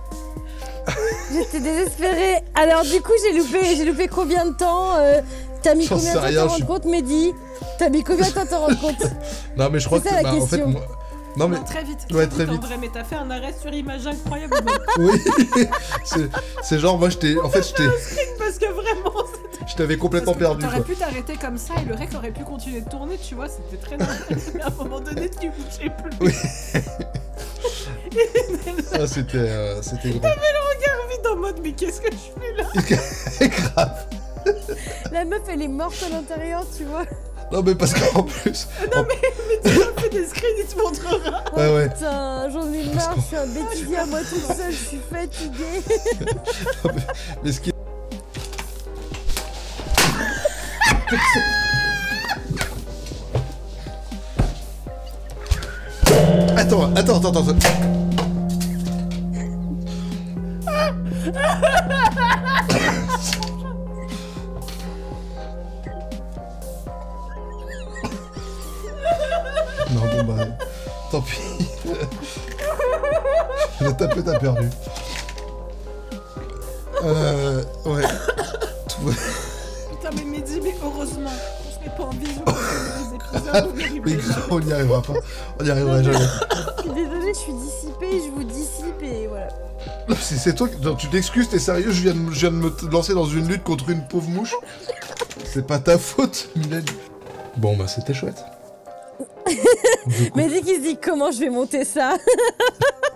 J'étais désespérée. Alors du coup, j'ai loupé, j'ai loupé combien de temps euh, T'as mis J'en combien sais de temps à rien, t'en je rendre suis- compte, Mehdi? T'as mis combien de temps à t'en rendre compte? Non, mais je crois C'est que ça, la bah, en fait, question. moi... Non, mais Non, très vite. Ouais, très très vite. vite. En vrai, mais t'as fait un arrêt sur image incroyable. oui, c'est c'est genre, moi, je t'ai... En fait, je t'ai- Parce que vraiment, c'était- je t'avais complètement parce que perdu, T'aurais quoi. pu t'arrêter comme ça et le rec aurait pu continuer de tourner, tu vois, c'était très normal. Mais à un moment donné, tu bougeais plus. Oui. Ah, c'était... euh, c'était grand. Regarde vite en mode, mais qu'est-ce que je fais là? Grave. La meuf, elle est morte à l'intérieur, tu vois. Non, mais parce qu'en plus... en- Mais tu as fait des screens, il te montrera. Oh, Ouais, ouais. Putain, j'en ai marre, je suis un bêtisier à moi toute seule, je suis fatiguée. Mais ce qui est... Attends, attends, attends, attends. Non, bon bah... Tant pis. Le tapé, t'as perdu. Euh... Ouais. Tout va- Putain, mais Mehdi, mais heureusement, on se met pas en vision pour les épisodes, on y Mais arriverait grave, jamais. on n'y arrivera pas. On n'y arrivera jamais. Je suis désolée, je suis dissipée, je vous dissipe et voilà. C'est c'est toi qui... Non, tu t'excuses, t'es sérieux, je viens, de, je viens de me t- lancer dans une lutte contre une pauvre mouche. C'est pas ta faute, Mylène. Bon, bah c'était chouette. Du coup, Mais dès qu'il se dit comment je vais monter ça,